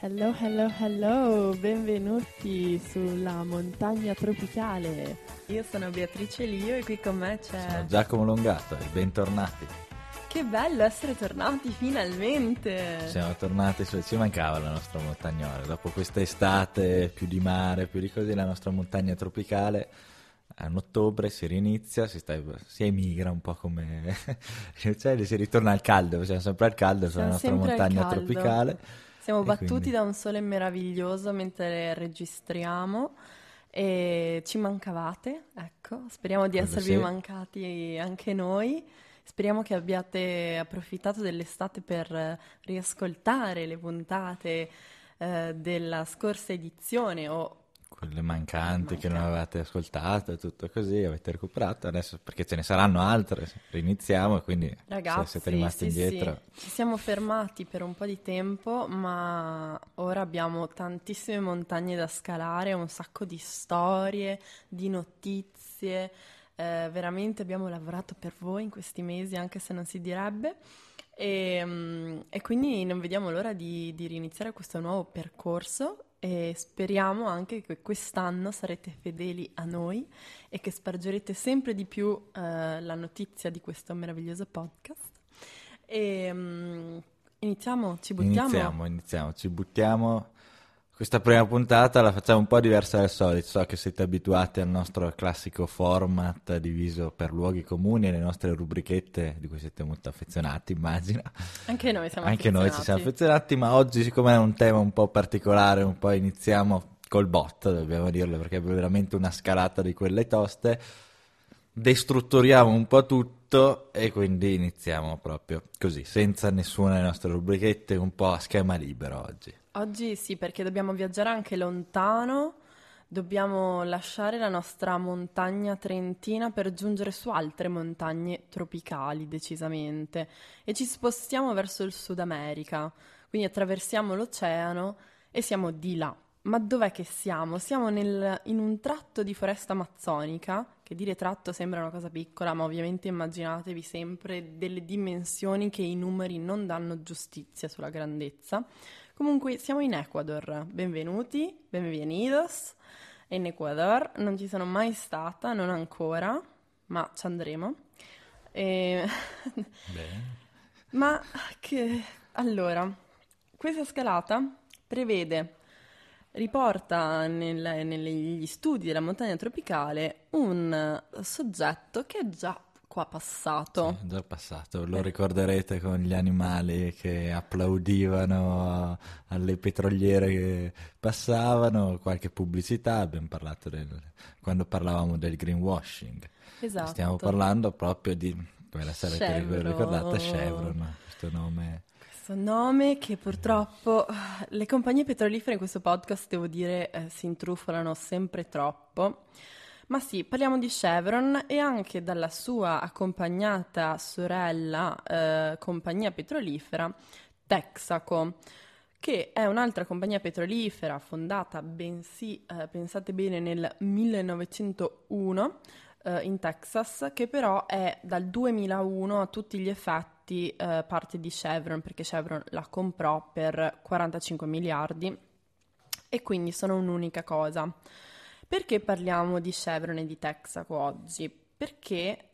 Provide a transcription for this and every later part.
Hello, hello, hello, benvenuti sulla montagna tropicale. Io sono Beatrice Lio e qui con me c'è... Sono Giacomo Longato e bentornati. Che bello essere tornati finalmente! Siamo tornati, ci mancava la nostra montagnola. Dopo questa estate più di mare, più di così, la nostra montagna tropicale a ottobre si rinizia, si emigra un po' come... cioè si ritorna al caldo, siamo sempre al caldo sulla nostra montagna tropicale. Siamo battuti da un sole meraviglioso mentre registriamo e ci mancavate, ecco, speriamo di esservi mancati anche noi. Speriamo che abbiate approfittato dell'estate per riascoltare le puntate della scorsa edizione o quelle mancanti che non avevate ascoltato e tutto così, avete recuperato adesso perché ce ne saranno altre, riniziamo e quindi ragazzi, se siete rimasti indietro. Ci siamo fermati per un po' di tempo, ma ora abbiamo tantissime montagne da scalare, un sacco di storie, di notizie, veramente abbiamo lavorato per voi in questi mesi, anche se non si direbbe. E quindi non vediamo l'ora di riniziare questo nuovo percorso e speriamo anche che quest'anno sarete fedeli a noi e che spargerete sempre di più la notizia di questo meraviglioso podcast. Iniziamo, ci buttiamo? Iniziamo, ci buttiamo. Questa prima puntata la facciamo un po' diversa dal solito, so che siete abituati al nostro classico format diviso per luoghi comuni e le nostre rubrichette di cui siete molto affezionati, immagino. Anche noi siamo Anche noi ci siamo affezionati, ma oggi siccome è un tema un po' particolare, un po' iniziamo col botto, dobbiamo dirlo, perché è veramente una scalata di quelle toste, destrutturiamo un po' tutto e quindi iniziamo proprio così, senza nessuna delle nostre rubrichette, un po' a schema libero oggi. Oggi sì, perché dobbiamo viaggiare anche lontano, dobbiamo lasciare la nostra montagna trentina per giungere su altre montagne tropicali, decisamente, e ci spostiamo verso il Sud America, quindi attraversiamo l'oceano e siamo di là. Ma dov'è che siamo? Siamo in un tratto di foresta amazzonica, che dire tratto sembra una cosa piccola, ma ovviamente immaginatevi sempre delle dimensioni che i numeri non danno giustizia sulla grandezza. Comunque siamo in Ecuador, benvenuti, bienvenidos, in Ecuador, non ci sono mai stata, non ancora, ma ci andremo. Ma allora, questa scalata riporta negli studi della montagna tropicale un soggetto che è già qua passato. Sì, già passato, lo ricorderete con gli animali che applaudivano alle petroliere che passavano, qualche pubblicità, abbiamo parlato quando parlavamo del greenwashing. Esatto. Stiamo parlando proprio di, ve la sarete ricordata, Chevron, questo nome che purtroppo le compagnie petrolifere in questo podcast, devo dire, si intrufolano sempre troppo. Ma sì, parliamo di Chevron e anche dalla sua accompagnata sorella compagnia petrolifera Texaco, che è un'altra compagnia petrolifera fondata, pensate bene, nel 1901 in Texas, che però è dal 2001 a tutti gli effetti parte di Chevron, perché Chevron la comprò per 45 miliardi e quindi sono un'unica cosa. Perché parliamo di Chevron e di Texaco oggi? Perché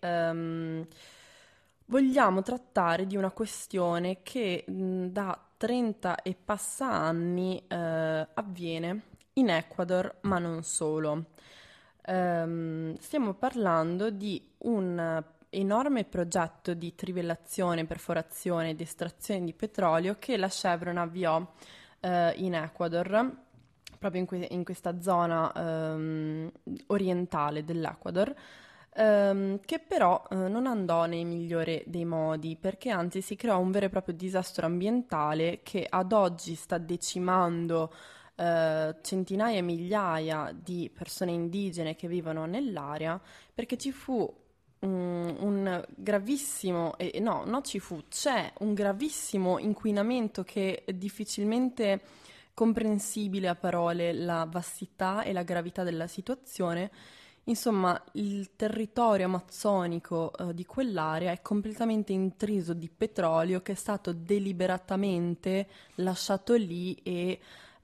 vogliamo trattare di una questione che da 30 e passa anni avviene in Ecuador, ma non solo. Stiamo parlando di un enorme progetto di trivellazione, perforazione ed estrazione di petrolio che la Chevron avviò in Ecuador, proprio in questa zona orientale dell'Ecuador, che però non andò nei migliori dei modi, perché anzi si creò un vero e proprio disastro ambientale che ad oggi sta decimando centinaia e migliaia di persone indigene che vivono nell'area, perché ci fu un gravissimo, c'è un gravissimo inquinamento che è difficilmente comprensibile a parole la vastità e la gravità della situazione, Insomma, il territorio amazzonico di quell'area è completamente intriso di petrolio che è stato deliberatamente lasciato lì e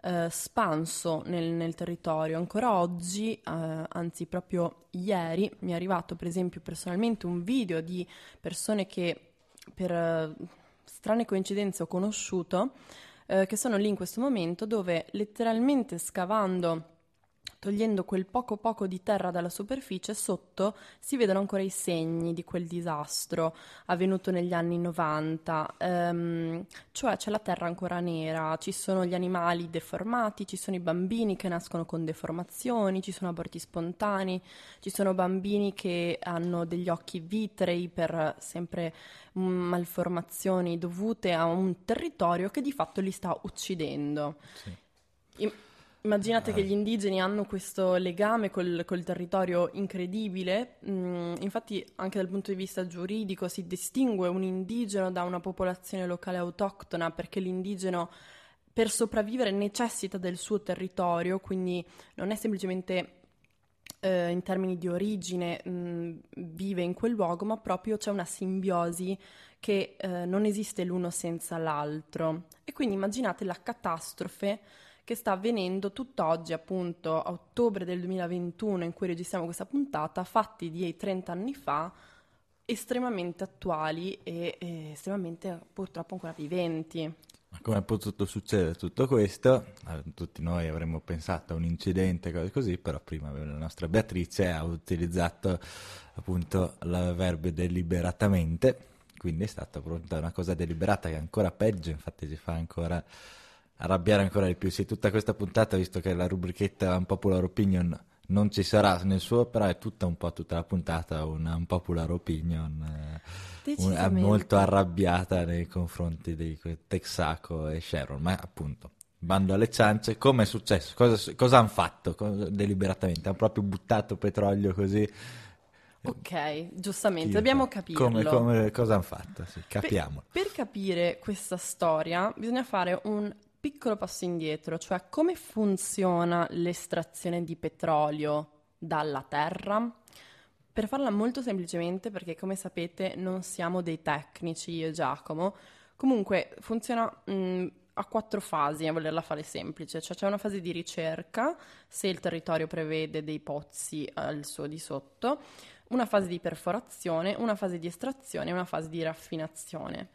spanso nel territorio. Ancora oggi, anzi proprio ieri, mi è arrivato per esempio personalmente un video di persone che per strane coincidenze ho conosciuto, che sono lì in questo momento dove letteralmente scavando, togliendo quel poco poco di terra dalla superficie, sotto si vedono ancora i segni di quel disastro avvenuto negli anni 90, cioè c'è la terra ancora nera, ci sono gli animali deformati, ci sono i bambini che nascono con deformazioni, ci sono aborti spontanei, ci sono bambini che hanno degli occhi vitrei per sempre malformazioni dovute a un territorio che di fatto li sta uccidendo. Sì. Im- Immaginate che gli indigeni hanno questo legame col territorio incredibile, infatti anche dal punto di vista giuridico si distingue un indigeno da una popolazione locale autoctona perché l'indigeno per sopravvivere necessita del suo territorio, quindi non è semplicemente in termini di origine vive in quel luogo, ma proprio c'è una simbiosi che non esiste l'uno senza l'altro. E quindi immaginate la catastrofe che sta avvenendo tutt'oggi, appunto, a ottobre del 2021, in cui registriamo questa puntata, fatti di 30 anni fa, estremamente attuali e estremamente purtroppo ancora viventi. Ma come è potuto succedere tutto questo? Tutti noi avremmo pensato a un incidente, cose così, però prima la nostra Beatrice ha utilizzato appunto il verbo deliberatamente, quindi è stata appunto una cosa deliberata che è ancora peggio, infatti ci fa ancora arrabbiare ancora di più. Sì, tutta questa puntata, visto che la rubrichetta Unpopular Opinion non ci sarà nel suo, però è tutta un po' tutta la puntata una Unpopular Opinion molto Decisamente. arrabbiata nei confronti di Texaco e Sharon, ma appunto bando alle ciance. Come è successo? Cosa hanno fatto deliberatamente? Hanno proprio buttato petrolio così? Ok, giustamente, Chi lo dobbiamo sa? capirlo. Cosa hanno fatto? Sì, capiamolo. Per capire questa storia bisogna fare un piccolo passo indietro, cioè come funziona l'estrazione di petrolio dalla terra. Per farla molto semplicemente, perché come sapete non siamo dei tecnici io e Giacomo, comunque funziona a 4 fasi, a volerla fare semplice, cioè c'è una fase di ricerca, se il territorio prevede dei pozzi al suo di sotto, una fase di perforazione, una fase di estrazione e una fase di raffinazione.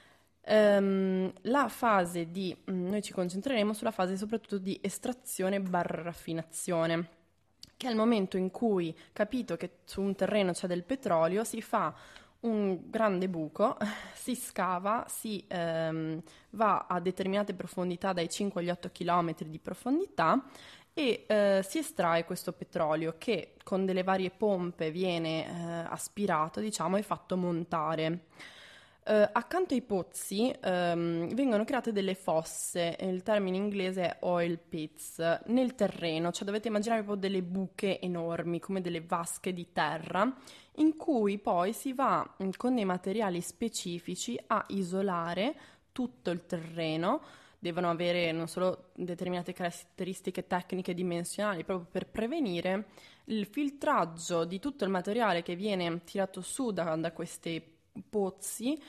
La fase di, noi ci concentreremo sulla fase soprattutto di estrazione barra raffinazione, che è il momento in cui, capito che su un terreno c'è del petrolio, si fa un grande buco, si scava, si va a determinate profondità, dai 5 agli 8 km di profondità, e si estrae questo petrolio che con delle varie pompe viene aspirato, diciamo, e fatto montare. Accanto ai pozzi vengono create delle fosse, il termine inglese è oil pits, nel terreno, cioè dovete immaginare proprio delle buche enormi, come delle vasche di terra, in cui poi si va con dei materiali specifici a isolare tutto il terreno. Devono avere non solo determinate caratteristiche tecniche dimensionali, proprio per prevenire il filtraggio di tutto il materiale che viene tirato su da questi pozzi,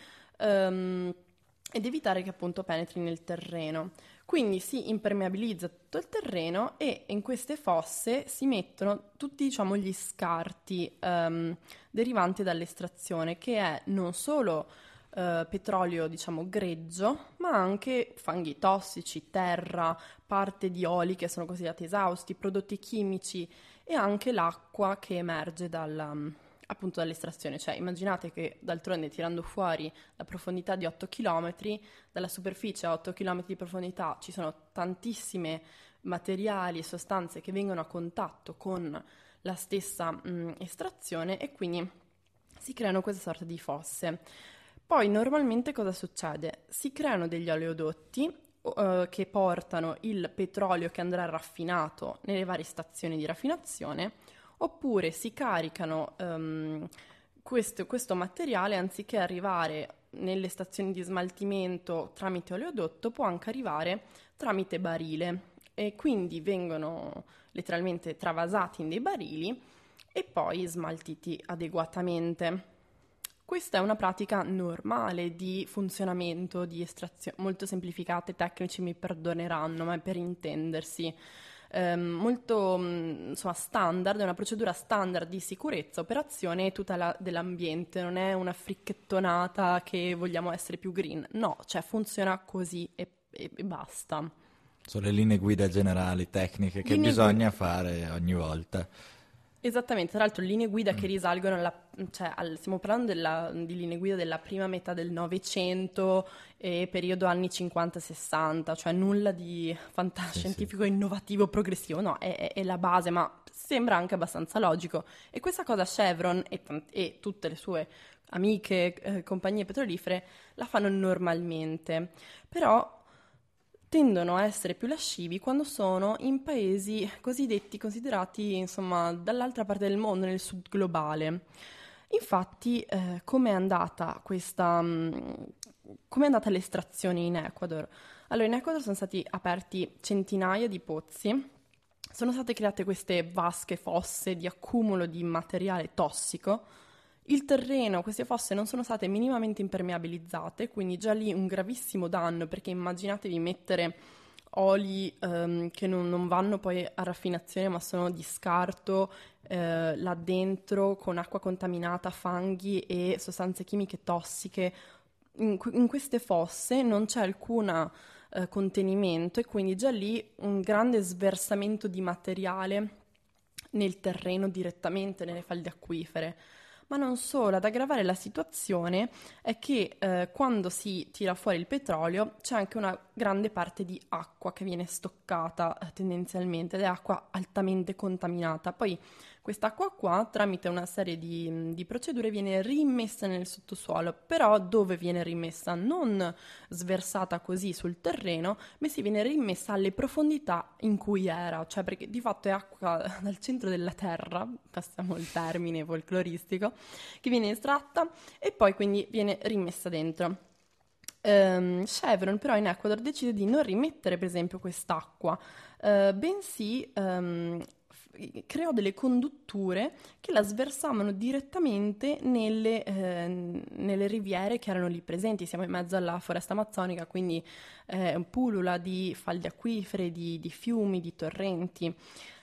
ed evitare che appunto penetri nel terreno. Quindi si impermeabilizza tutto il terreno e in queste fosse si mettono tutti, diciamo, gli scarti derivanti dall'estrazione, che è non solo petrolio, diciamo, greggio, ma anche fanghi tossici, terra, parte di oli che sono considerati esausti, prodotti chimici e anche l'acqua che emerge appunto dall'estrazione. Cioè immaginate che d'altronde tirando fuori la profondità di 8 km, dalla superficie a 8 km di profondità ci sono tantissime materiali e sostanze che vengono a contatto con la stessa estrazione e quindi si creano questa sorta di fosse. Poi normalmente cosa succede? Si creano degli oleodotti che portano il petrolio che andrà raffinato nelle varie stazioni di raffinazione, oppure si caricano questo materiale anziché arrivare nelle stazioni di smaltimento tramite oleodotto, può anche arrivare tramite barile e quindi vengono letteralmente travasati in dei barili e poi smaltiti adeguatamente. Questa è una pratica normale di funzionamento, di estrazione, molto semplificata, i tecnici mi perdoneranno, ma è per intendersi. Molto insomma, standard, è una procedura standard di sicurezza, operazione e tutela dell'ambiente, non è una fricchettonata che vogliamo essere più green, no, cioè funziona così e basta. Sono le linee guida generali, tecniche che Linee guida. bisogna fare ogni volta. Esattamente, tra l'altro linee guida che risalgono stiamo parlando di linee guida della prima metà del Novecento e periodo anni 50-60, cioè nulla di Sì, sì. fantascientifico, innovativo, progressivo, no, è la base, ma sembra anche abbastanza logico. E questa cosa Chevron e tutte le sue amiche, compagnie petrolifere la fanno normalmente, però tendono a essere più lascivi quando sono in paesi cosiddetti considerati, insomma, dall'altra parte del mondo, nel sud globale. Infatti, come è andata l'estrazione in Ecuador? Allora, in Ecuador sono stati aperti centinaia di pozzi, sono state create queste vasche fosse di accumulo di materiale tossico. Il terreno, queste fosse non sono state minimamente impermeabilizzate, quindi già lì un gravissimo danno, perché immaginatevi mettere oli che non vanno poi a raffinazione ma sono di scarto là dentro con acqua contaminata, fanghi e sostanze chimiche tossiche. In queste fosse non c'è alcun contenimento e quindi già lì un grande sversamento di materiale nel terreno direttamente nelle falde acquifere. Ma non solo, ad aggravare la situazione è che quando si tira fuori il petrolio c'è anche una grande parte di acqua che viene stoccata tendenzialmente ed è acqua altamente contaminata. Poi quest'acqua qua, tramite una serie di procedure, viene rimessa nel sottosuolo, però dove viene rimessa? Non sversata così sul terreno, ma si viene rimessa alle profondità in cui era, cioè perché di fatto è acqua dal centro della terra, passiamo il termine folcloristico, che viene estratta e poi quindi viene rimessa dentro. Chevron però in Ecuador decide di non rimettere per esempio quest'acqua, bensì creò delle condutture che la sversavano direttamente nelle riviere che erano lì presenti. Siamo in mezzo alla foresta amazzonica, quindi pullula di falde acquifere, di fiumi, di torrenti.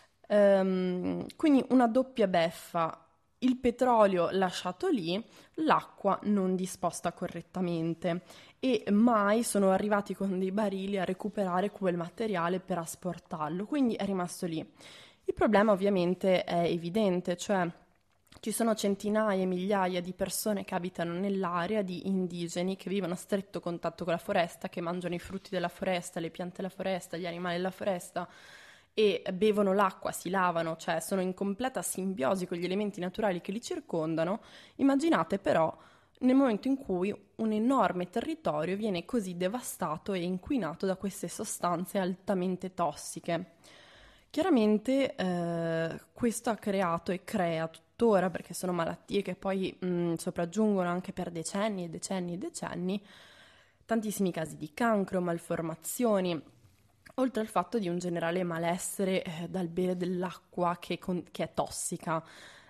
Quindi una doppia beffa. Il petrolio lasciato lì, l'acqua non disposta correttamente e mai sono arrivati con dei barili a recuperare quel materiale per asportarlo, quindi è rimasto lì. Il problema ovviamente è evidente, cioè ci sono centinaia e migliaia di persone che abitano nell'area, di indigeni che vivono a stretto contatto con la foresta, che mangiano i frutti della foresta, le piante della foresta, gli animali della foresta e bevono l'acqua, si lavano, cioè sono in completa simbiosi con gli elementi naturali che li circondano. Immaginate però nel momento in cui un enorme territorio viene così devastato e inquinato da queste sostanze altamente tossiche. Chiaramente questo ha creato e crea tuttora, perché sono malattie che poi sopraggiungono anche per decenni e decenni e decenni, tantissimi casi di cancro, malformazioni, oltre al fatto di un generale malessere dal bere dell'acqua che è tossica.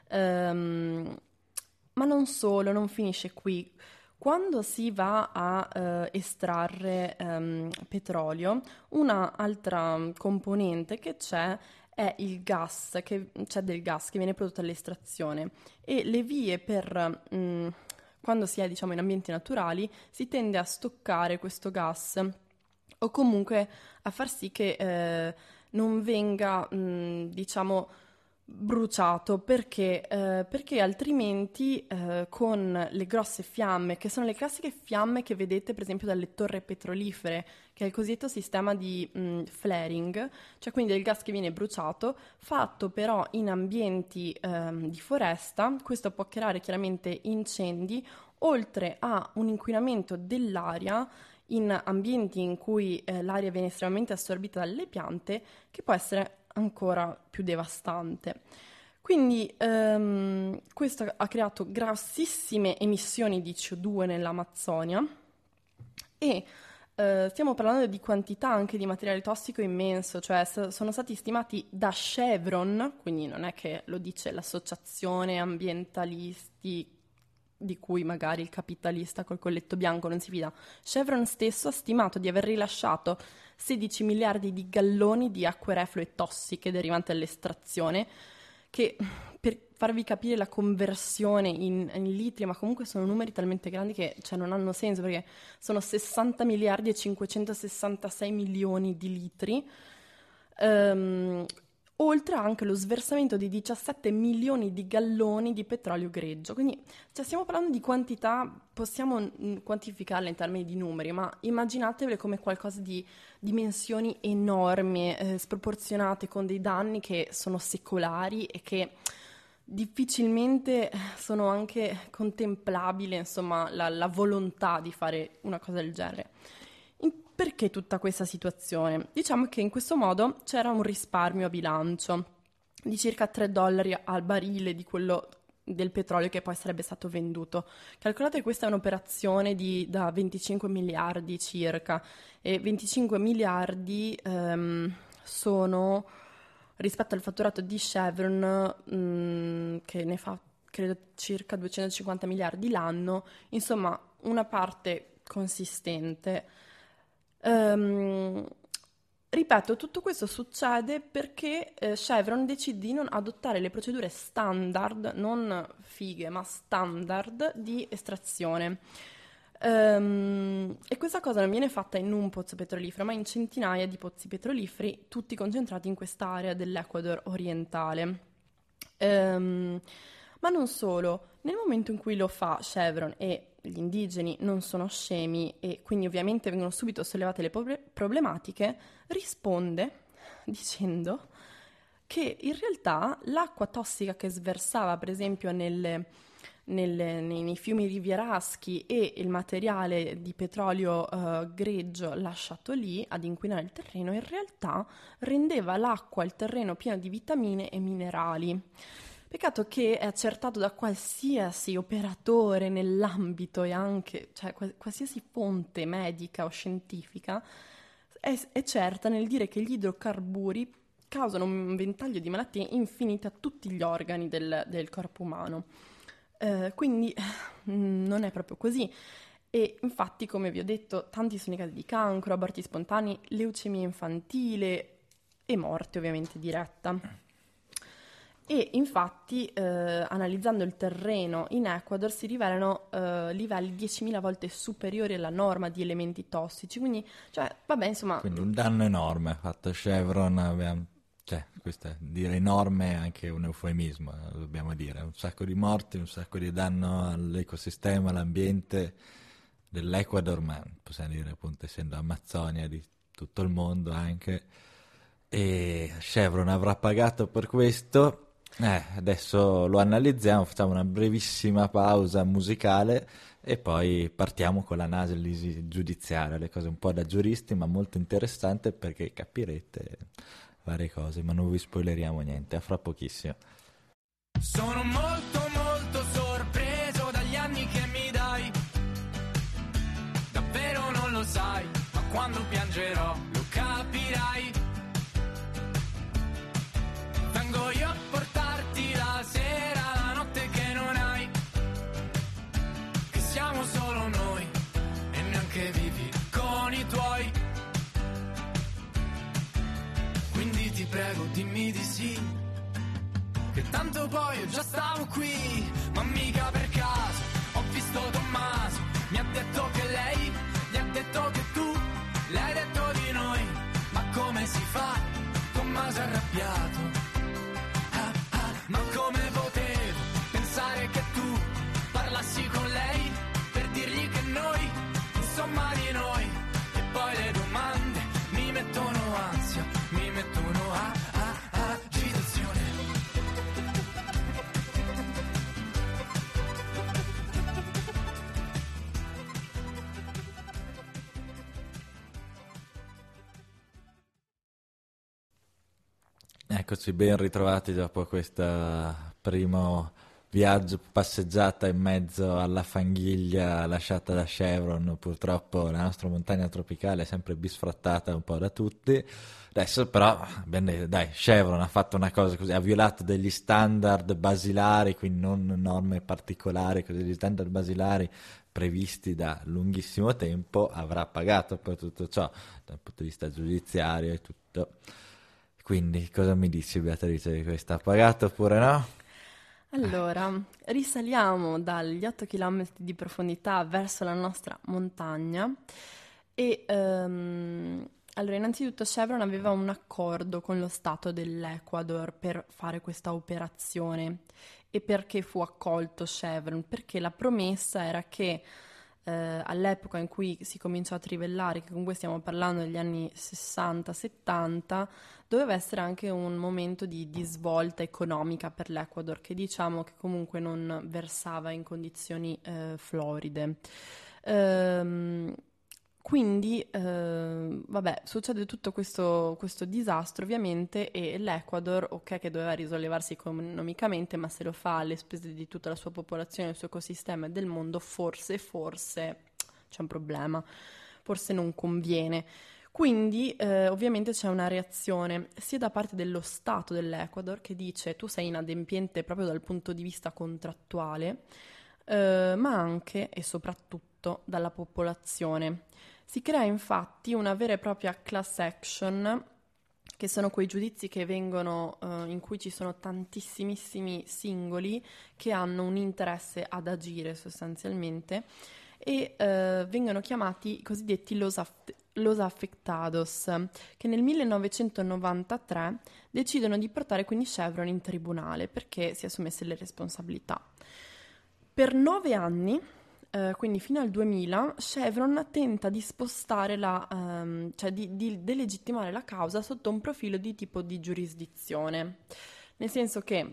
Ma non solo, non finisce qui. Quando si va a estrarre petrolio, una altra componente che c'è è il gas, c'è del gas che viene prodotto all'estrazione e le vie quando si è, diciamo, in ambienti naturali, si tende a stoccare questo gas o comunque a far sì che non venga, diciamo, bruciato perché altrimenti con le grosse fiamme, che sono le classiche fiamme che vedete per esempio dalle torri petrolifere, che è il cosiddetto sistema di flaring, cioè quindi del gas che viene bruciato, fatto però in ambienti di foresta, questo può creare chiaramente incendi, oltre a un inquinamento dell'aria in ambienti in cui l'aria viene estremamente assorbita dalle piante, che può essere ancora più devastante. Quindi questo ha creato grossissime emissioni di CO2 nell'Amazzonia e stiamo parlando di quantità anche di materiale tossico immenso, cioè sono stati stimati da Chevron, quindi non è che lo dice l'associazione ambientalisti di cui magari il capitalista col colletto bianco non si fida. Chevron stesso ha stimato di aver rilasciato 16 miliardi di galloni di acque reflue tossiche derivanti dall'estrazione, che per farvi capire la conversione in litri, ma comunque sono numeri talmente grandi che cioè, non hanno senso, perché sono 60 miliardi e 566 milioni di litri, oltre anche lo sversamento di 17 milioni di galloni di petrolio greggio. Quindi cioè, stiamo parlando di quantità, possiamo quantificarle in termini di numeri, ma immaginatevele come qualcosa di dimensioni enormi, sproporzionate, con dei danni che sono secolari e che difficilmente sono anche contemplabile, insomma, la volontà di fare una cosa del genere. Perché tutta questa situazione? Diciamo che in questo modo c'era un risparmio a bilancio di circa $3 al barile di quello del petrolio che poi sarebbe stato venduto. Calcolate che questa è un'operazione da 25 miliardi circa, e 25 miliardi sono, rispetto al fatturato di Chevron, che ne fa credo circa 250 miliardi l'anno, insomma una parte consistente. Ripeto, tutto questo succede perché Chevron decide di non adottare le procedure standard, non fighe, ma standard di estrazione. E questa cosa non viene fatta in un pozzo petrolifero, ma in centinaia di pozzi petroliferi, tutti concentrati in quest'area dell'Ecuador orientale. Ma non solo, nel momento in cui lo fa Chevron, e gli indigeni non sono scemi e quindi ovviamente vengono subito sollevate le problematiche, risponde dicendo che in realtà l'acqua tossica che sversava per esempio nei fiumi rivieraschi e il materiale di petrolio greggio lasciato lì ad inquinare il terreno in realtà rendeva l'acqua, il terreno pieno di vitamine e minerali. Peccato che è accertato da qualsiasi operatore nell'ambito e anche, cioè qualsiasi fonte medica o scientifica è certa nel dire che gli idrocarburi causano un ventaglio di malattie infinite a tutti gli organi del corpo umano. Quindi non è proprio così. E infatti, come vi ho detto, tanti sono i casi di cancro, aborti spontanei, leucemia infantile e morte ovviamente diretta. E infatti, analizzando il terreno in Ecuador, si rivelano livelli 10.000 volte superiori alla norma di elementi tossici. Quindi, cioè, vabbè, insomma. Quindi un danno enorme ha fatto Chevron. Cioè, questo dire enorme è anche un eufemismo, dobbiamo dire. Un sacco di morti, un sacco di danno all'ecosistema, all'ambiente dell'Ecuador, ma possiamo dire appunto essendo Amazzonia di tutto il mondo anche. E Chevron avrà pagato per questo. Adesso lo analizziamo, facciamo una brevissima pausa musicale e poi partiamo con l'analisi giudiziaria, le cose un po' da giuristi, ma molto interessante perché capirete varie cose, ma non vi spoileriamo niente, a fra pochissimo. Sono molto molto sorpreso dagli anni che mi dai, davvero non lo sai, ma quando piangerò lo capirai. Vengo io a portarti la sera, la notte che non hai, che siamo solo noi e neanche vivi con i tuoi. Quindi ti prego dimmi di sì, che tanto poi io già stavo qui, ma mica per caso ho visto Tommaso, mi ha detto che lei gli ha detto che tu le hai detto di noi, ma come si fa? Tommaso è arrabbiato. Ma come potevo pensare che tu parlassi con lei per dirgli che noi, insomma di noi, e poi le domande mi mettono ansia, mi mettono agitazione. Eccoci ben ritrovati dopo questo primo viaggio, passeggiata in mezzo alla fanghiglia lasciata da Chevron. Purtroppo la nostra montagna tropicale è sempre bisfrattata un po' da tutti. Adesso però, bene, dai, Chevron ha fatto una cosa così, ha violato degli standard basilari, quindi non norme particolari, così degli standard basilari previsti da lunghissimo tempo, avrà pagato per tutto ciò dal punto di vista giudiziario e tutto. Quindi cosa mi dici, Beatrice, di questo? Ha pagato oppure no? Allora, risaliamo dagli 8 km di profondità verso la nostra montagna e allora innanzitutto Chevron aveva un accordo con lo Stato dell'Ecuador per fare questa operazione. E perché fu accolto Chevron? Perché la promessa era che all'epoca in cui si cominciò a trivellare, che comunque stiamo parlando degli anni 60-70, doveva essere anche un momento di svolta economica per l'Ecuador, che diciamo che comunque non versava in condizioni floride. Ehm, vabbè, succede tutto questo disastro ovviamente e l'Ecuador, ok, che doveva risollevarsi economicamente, ma se lo fa alle spese di tutta la sua popolazione, il suo ecosistema e del mondo, forse c'è un problema, forse non conviene. Quindi ovviamente c'è una reazione sia da parte dello Stato dell'Ecuador che dice tu sei inadempiente proprio dal punto di vista contrattuale, ma anche e soprattutto dalla popolazione. Si crea infatti una vera e propria class action, che sono quei giudizi che vengono, in cui ci sono tantissimissimi singoli che hanno un interesse ad agire sostanzialmente e vengono chiamati i cosiddetti los afectados, che nel 1993 decidono di portare quindi Chevron in tribunale perché si assumesse le responsabilità. Per 9 anni, quindi fino al 2000, Chevron tenta di spostare cioè di delegittimare la causa sotto un profilo di tipo di giurisdizione. Nel senso che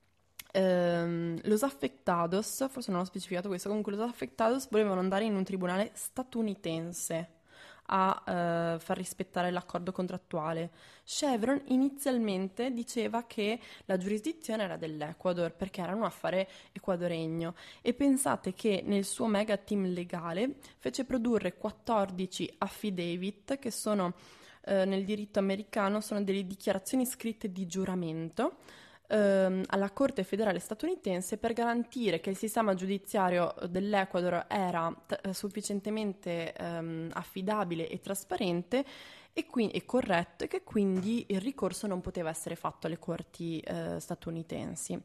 los afectados, forse non ho specificato questo, comunque los afectados volevano andare in un tribunale statunitense a far rispettare l'accordo contrattuale. Chevron inizialmente diceva che la giurisdizione era dell'Ecuador perché era un affare ecuadoregno e pensate che nel suo mega team legale fece produrre 14 affidavit che sono nel diritto americano sono delle dichiarazioni scritte di giuramento alla Corte federale statunitense per garantire che il sistema giudiziario dell'Ecuador era sufficientemente affidabile e trasparente e corretto e che quindi il ricorso non poteva essere fatto alle corti statunitensi.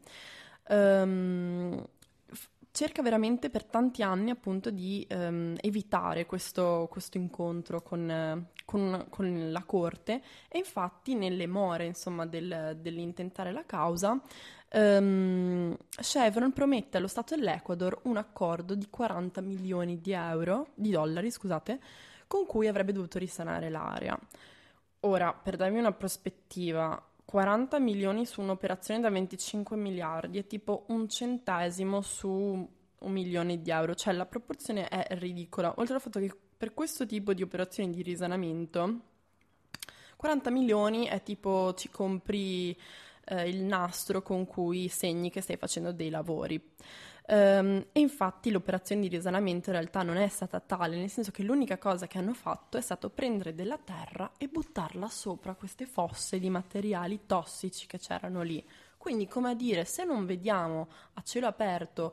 Cerca veramente per tanti anni appunto di evitare questo incontro con la corte e infatti nelle more insomma dell'intentare la causa Chevron promette allo Stato dell'Ecuador un accordo di 40 milioni di dollari, scusate, con cui avrebbe dovuto risanare l'area. Ora, per darvi una prospettiva, 40 milioni su un'operazione da 25 miliardi è tipo un centesimo su 1 milione di euro, cioè la proporzione è ridicola. Oltre al fatto che per questo tipo di operazioni di risanamento 40 milioni è tipo ci compri il nastro con cui segni che stai facendo dei lavori. E infatti l'operazione di risanamento in realtà non è stata tale, nel senso che l'unica cosa che hanno fatto è stato prendere della terra e buttarla sopra queste fosse di materiali tossici che c'erano lì. Quindi, come a dire, se non vediamo a cielo aperto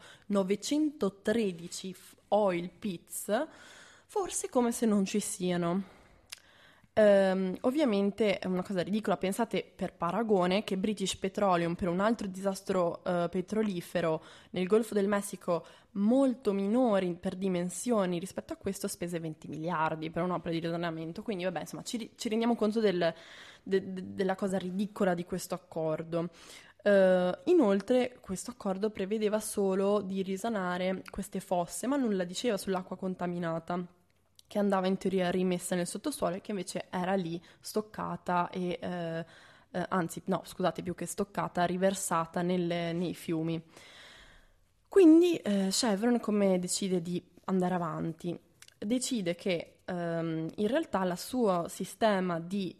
913 oil pits, forse è come se non ci siano. Ovviamente è una cosa ridicola, pensate per paragone che British Petroleum per un altro disastro petrolifero nel Golfo del Messico molto minori per dimensioni rispetto a questo spese 20 miliardi per un'opera di risanamento, quindi vabbè insomma ci rendiamo conto della cosa ridicola di questo accordo. Inoltre questo accordo prevedeva solo di risanare queste fosse ma nulla diceva sull'acqua contaminata che andava in teoria rimessa nel sottosuolo e che invece era lì stoccata e, anzi no scusate più che stoccata, riversata nei fiumi. Quindi Chevron come decide di andare avanti? Decide che in realtà il suo sistema di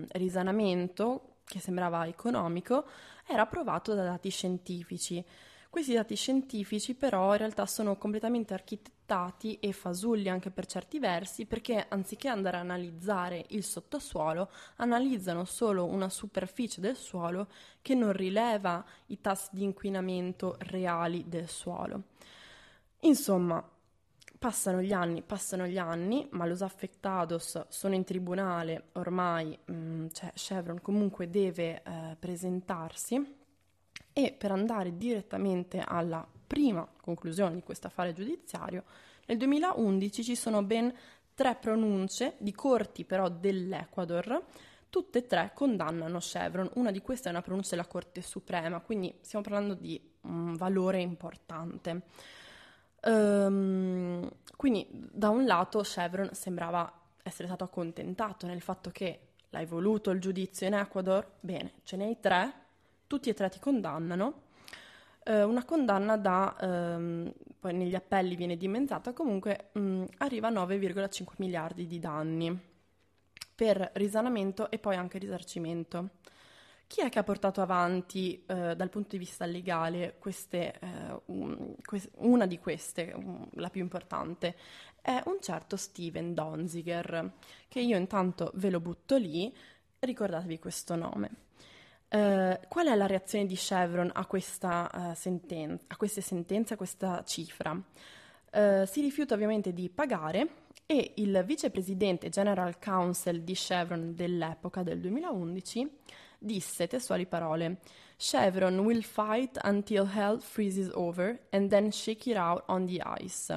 risanamento, che sembrava economico, era approvato da dati scientifici. Questi dati scientifici però in realtà sono completamente architettati e fasulli anche per certi versi, perché anziché andare a analizzare il sottosuolo, analizzano solo una superficie del suolo che non rileva i tassi di inquinamento reali del suolo. Insomma, passano gli anni, ma los afectados sono in tribunale, ormai cioè Chevron comunque deve presentarsi, e per andare direttamente alla prima conclusione di questo affare giudiziario, nel 2011 ci sono ben 3 pronunce di corti però dell'Ecuador, tutte e 3 condannano Chevron. Una di queste è una pronuncia della Corte Suprema, quindi stiamo parlando di un valore importante. Quindi da un lato Chevron sembrava essere stato accontentato nel fatto che l'hai voluto il giudizio in Ecuador, bene, ce n'hai 3, tutti e 3 ti condannano, una condanna poi negli appelli viene dimezzata, comunque arriva a 9,5 miliardi di danni per risanamento e poi anche risarcimento. Chi è che ha portato avanti dal punto di vista legale una di queste, la più importante, è un certo Steven Donziger, che io intanto ve lo butto lì, ricordatevi questo nome. Qual è la reazione di Chevron a questa sentenza, a queste sentenze, a questa cifra? Si rifiuta ovviamente di pagare e il vicepresidente General Counsel di Chevron dell'epoca, del 2011, disse testuali parole: Chevron will fight until hell freezes over and then shake it out on the ice.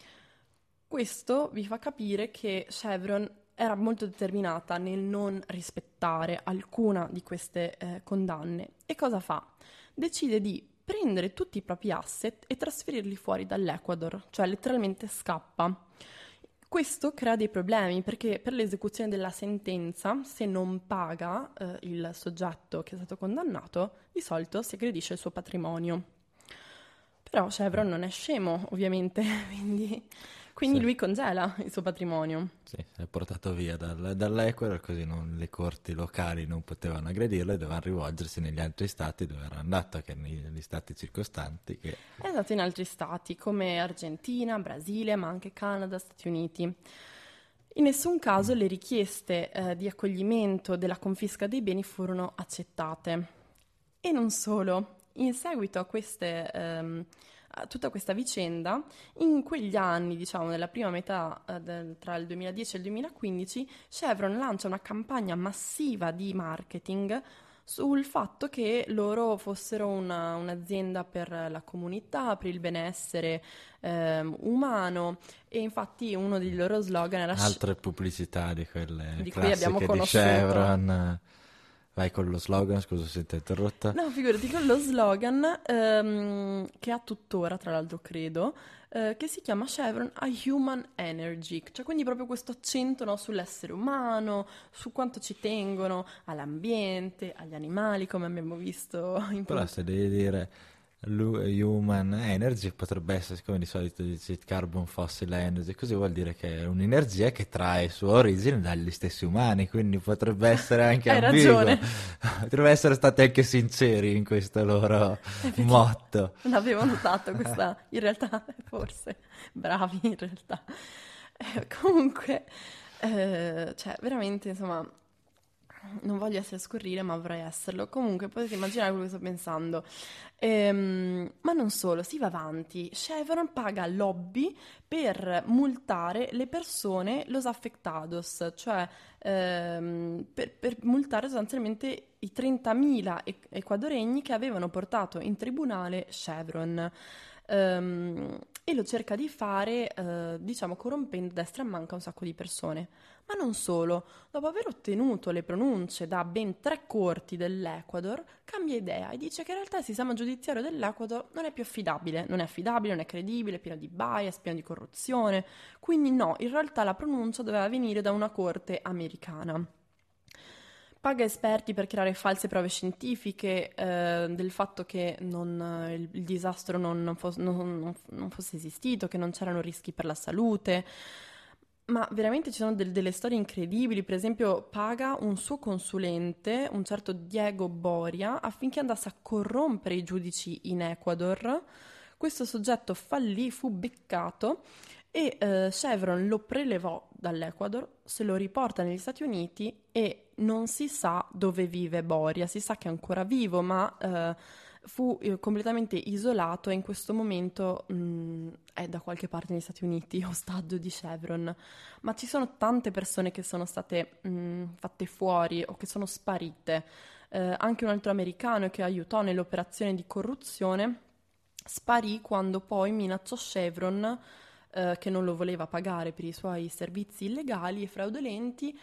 Questo vi fa capire che Chevron era molto determinata nel non rispettare alcuna di queste condanne. E cosa fa? Decide di prendere tutti i propri asset e trasferirli fuori dall'Ecuador, cioè letteralmente scappa. Questo crea dei problemi perché per l'esecuzione della sentenza, se non paga il soggetto che è stato condannato, di solito si aggredisce il suo patrimonio. Però Chevron non è scemo, ovviamente, quindi Sì. lui congela il suo patrimonio. Sì, si è portato via dall'Ecuador, così le corti locali non potevano aggredirlo e dovevano rivolgersi negli altri stati dove era andato, che negli stati circostanti. È andato in altri stati come Argentina, Brasile, ma anche Canada, Stati Uniti. In nessun caso le richieste di accoglimento della confisca dei beni furono accettate. E non solo, in seguito a a tutta questa vicenda, in quegli anni, diciamo, nella prima metà tra il 2010 e il 2015, Chevron lancia una campagna massiva di marketing sul fatto che loro fossero un'azienda per la comunità, per il benessere umano, e infatti uno dei loro slogan era altre pubblicità di quelle di cui abbiamo classiche di conosciuto. Chevron. Vai con lo slogan, scusa se ti ho interrotta. No, figurati, con lo slogan che ha tuttora, tra l'altro credo, che si chiama Chevron a Human Energy, cioè quindi proprio questo accento, no, sull'essere umano, su quanto ci tengono all'ambiente, agli animali, come abbiamo visto in Però se devi dire Human Energy potrebbe essere, siccome di solito dici Carbon Fossil Energy, così vuol dire che è un'energia che trae sua origine dagli stessi umani, quindi potrebbe essere anche Hai ambiguo. ragione. Potrebbe essere stati anche sinceri in questo loro motto. Non avevo notato questa, in realtà, forse, bravi in realtà. Comunque, cioè, veramente, insomma, non voglio essere scurrile, ma vorrei esserlo. Comunque, potete immaginare quello che sto pensando. Ma non solo, si va avanti. Chevron paga lobby per multare le persone, los afectados, cioè per multare sostanzialmente i 30.000 ecuadoregni che avevano portato in tribunale Chevron. E lo cerca di fare, diciamo, corrompendo a destra e a manca un sacco di persone. Ma non solo, dopo aver ottenuto le pronunce da ben 3 corti dell'Ecuador, cambia idea e dice che in realtà il sistema giudiziario dell'Ecuador non è più affidabile, non è credibile, è pieno di bias, pieno di corruzione, quindi no, in realtà la pronuncia doveva venire da una corte americana. Paga esperti per creare false prove scientifiche del fatto che il disastro non fosse esistito, che non c'erano rischi per la salute. Ma veramente ci sono delle storie incredibili, per esempio paga un suo consulente, un certo Diego Boria, affinché andasse a corrompere i giudici in Ecuador. Questo soggetto fallì, fu beccato e Chevron lo prelevò dall'Ecuador, se lo riporta negli Stati Uniti e non si sa dove vive Boria, si sa che è ancora vivo, ma fu completamente isolato e in questo momento è da qualche parte negli Stati Uniti, ostaggio di Chevron. Ma ci sono tante persone che sono state fatte fuori o che sono sparite. Anche un altro americano che aiutò nell'operazione di corruzione sparì quando poi minacciò Chevron che non lo voleva pagare per i suoi servizi illegali e fraudolenti,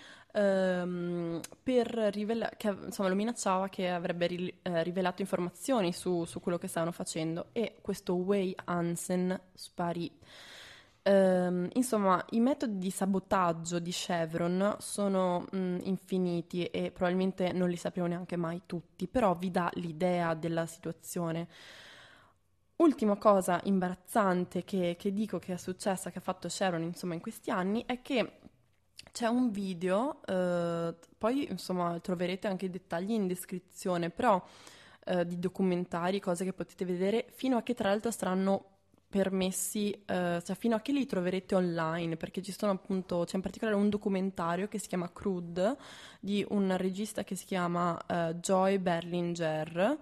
che insomma lo minacciava che avrebbe rivelato informazioni su quello che stavano facendo e questo Wei Hansen sparì. Insomma, i metodi di sabotaggio di Chevron sono infiniti e probabilmente non li sapremo neanche mai tutti, però vi dà l'idea della situazione. Ultima cosa imbarazzante che dico che è successa, che ha fatto Sharon, insomma, in questi anni, è che c'è un video, poi insomma troverete anche i dettagli in descrizione, però di documentari, cose che potete vedere, fino a che tra l'altro saranno permessi, cioè fino a che li troverete online, perché ci sono appunto, c'è in particolare un documentario che si chiama Crude, di un regista che si chiama Joy Berlinger,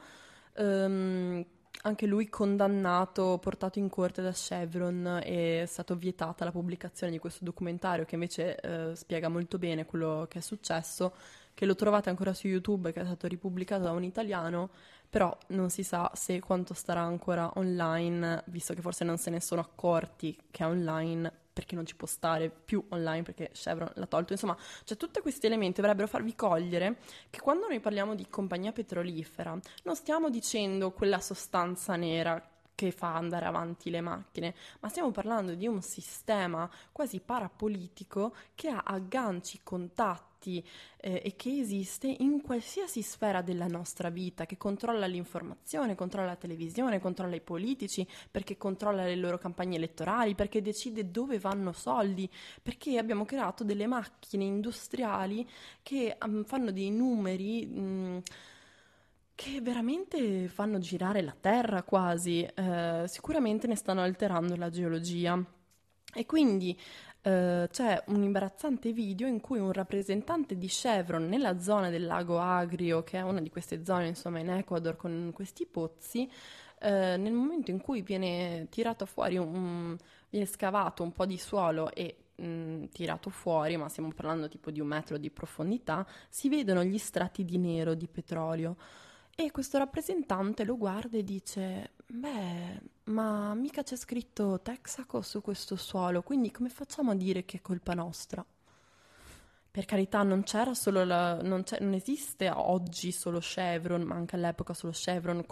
anche lui condannato, portato in corte da Chevron, e è stata vietata la pubblicazione di questo documentario che invece spiega molto bene quello che è successo, che lo trovate ancora su YouTube, che è stato ripubblicato da un italiano, però non si sa se quanto starà ancora online, visto che forse non se ne sono accorti che è online, perché non ci può stare più online, perché Chevron l'ha tolto. Insomma, cioè tutti questi elementi dovrebbero farvi cogliere che quando noi parliamo di compagnia petrolifera non stiamo dicendo quella sostanza nera che fa andare avanti le macchine, ma stiamo parlando di un sistema quasi parapolitico che ha agganci, contatti e che esiste in qualsiasi sfera della nostra vita, che controlla l'informazione, controlla la televisione, controlla i politici, perché controlla le loro campagne elettorali, perché decide dove vanno soldi, perché abbiamo creato delle macchine industriali che fanno dei numeri che veramente fanno girare la Terra quasi. Sicuramente ne stanno alterando la geologia. E quindi c'è un imbarazzante video in cui un rappresentante di Chevron nella zona del lago Agrio, che è una di queste zone, insomma, in Ecuador con questi pozzi, nel momento in cui viene tirato fuori viene scavato un po' di suolo e tirato fuori, ma stiamo parlando tipo di 1 metro di profondità, si vedono gli strati di nero di petrolio. E questo rappresentante lo guarda e dice: Beh, ma mica c'è scritto Texaco su questo suolo, quindi come facciamo a dire che è colpa nostra? Per carità, non c'era solo non esiste oggi solo Chevron, ma anche all'epoca solo Chevron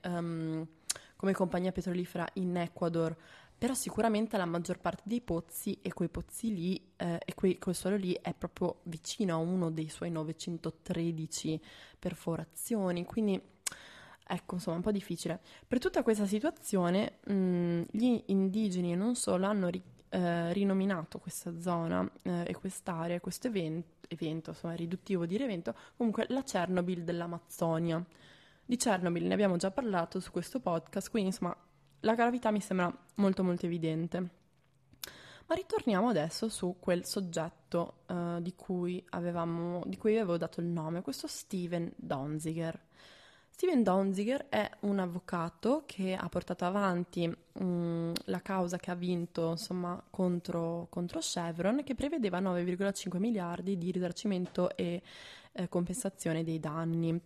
come compagnia petrolifera in Ecuador, però sicuramente la maggior parte dei pozzi e quei pozzi lì quel suolo lì è proprio vicino a uno dei suoi 913 perforazioni, quindi ecco, insomma, è un po' difficile. Per tutta questa situazione, gli indigeni e non solo hanno rinominato questa zona e quest'area, questo evento, insomma, è riduttivo dire evento, comunque la Chernobyl dell'Amazzonia. Di Chernobyl ne abbiamo già parlato su questo podcast, quindi insomma la gravità mi sembra molto molto evidente. Ma ritorniamo adesso su quel soggetto di cui avevo dato il nome, questo Steven Donziger. Steven Donziger è un avvocato che ha portato avanti la causa che ha vinto, insomma, contro Chevron, che prevedeva 9,5 miliardi di risarcimento e compensazione dei danni.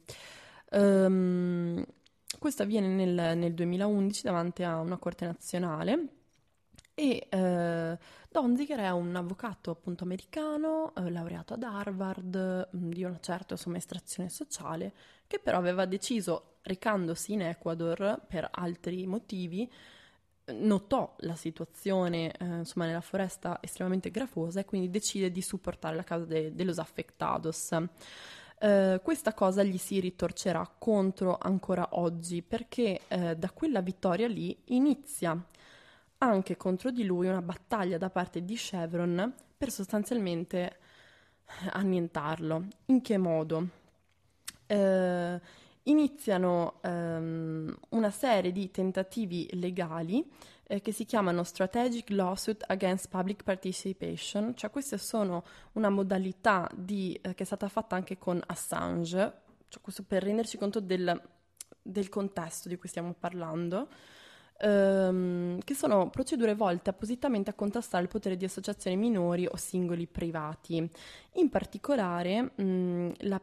Questo avviene nel 2011 davanti a una corte nazionale e Donziger è un avvocato appunto americano, laureato ad Harvard, di una certa insomma estrazione sociale, che però aveva deciso, recandosi in Ecuador per altri motivi, notò la situazione insomma nella foresta estremamente gravosa e quindi decide di supportare la causa de los afectados. Questa cosa gli si ritorcerà contro ancora oggi perché da quella vittoria lì inizia anche contro di lui una battaglia da parte di Chevron per sostanzialmente annientarlo. In che modo? Iniziano una serie di tentativi legali che si chiamano Strategic Lawsuit Against Public Participation, cioè queste sono una modalità che è stata fatta anche con Assange, cioè questo per renderci conto del contesto di cui stiamo parlando, che sono procedure volte appositamente a contrastare il potere di associazioni minori o singoli privati. In particolare, il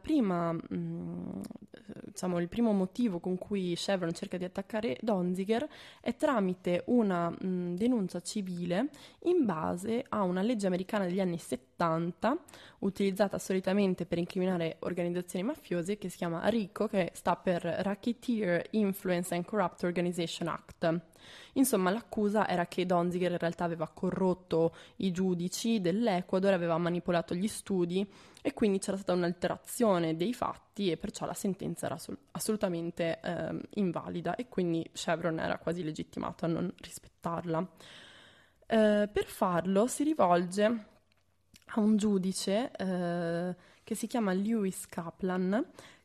primo motivo con cui Chevron cerca di attaccare Donziger è tramite una denuncia civile in base a una legge americana degli anni 70, utilizzata solitamente per incriminare organizzazioni mafiose, che si chiama RICO, che sta per Racketeer Influence and Corrupt Organization Act. Insomma, l'accusa era che Donziger in realtà aveva corrotto i giudici dell'Ecuador, aveva manipolato gli studi e quindi c'era stata un'alterazione dei fatti e perciò la sentenza era assolutamente invalida e quindi Chevron era quasi legittimato a non rispettarla. Per farlo si rivolge a un giudice che si chiama Lewis Kaplan,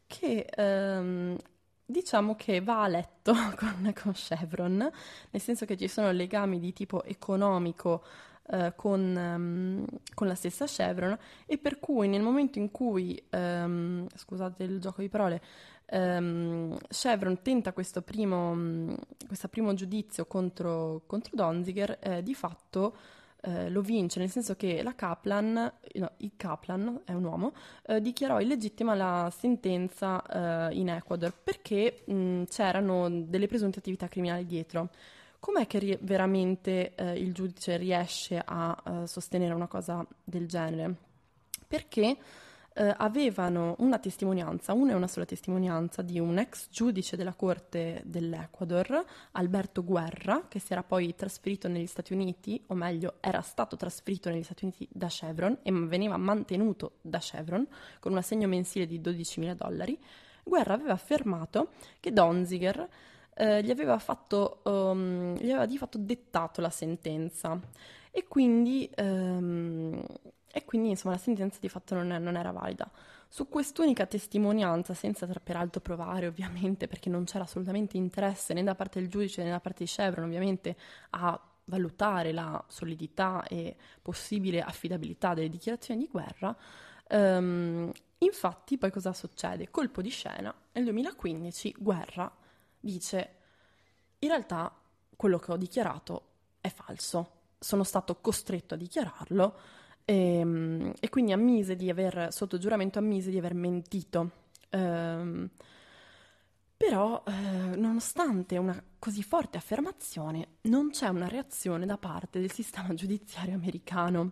che diciamo che va a letto con Chevron, nel senso che ci sono legami di tipo economico con la stessa Chevron, e per cui nel momento in cui, scusate il gioco di parole, Chevron tenta questo primo giudizio contro Donziger, di fatto lo vince, nel senso che il Kaplan è un uomo, dichiarò illegittima la sentenza in Ecuador perché c'erano delle presunte attività criminali dietro. Com'è che veramente il giudice riesce a sostenere una cosa del genere? Perché avevano una e una sola testimonianza di un ex giudice della Corte dell'Ecuador, Alberto Guerra, che si era poi trasferito negli Stati Uniti, o meglio, era stato trasferito negli Stati Uniti da Chevron e veniva mantenuto da Chevron con un assegno mensile di $12.000. Guerra aveva affermato che Donziger gli aveva di fatto dettato la sentenza e quindi insomma la sentenza di fatto non era valida. Su quest'unica testimonianza, senza peraltro provare ovviamente, perché non c'era assolutamente interesse né da parte del giudice né da parte di Chevron ovviamente a valutare la solidità e possibile affidabilità delle dichiarazioni di Guerra, infatti poi cosa succede? Colpo di scena, nel 2015 Guerra dice: in realtà quello che ho dichiarato è falso, sono stato costretto a dichiararlo, e quindi sotto giuramento ammise di aver mentito. Però nonostante una così forte affermazione non c'è una reazione da parte del sistema giudiziario americano.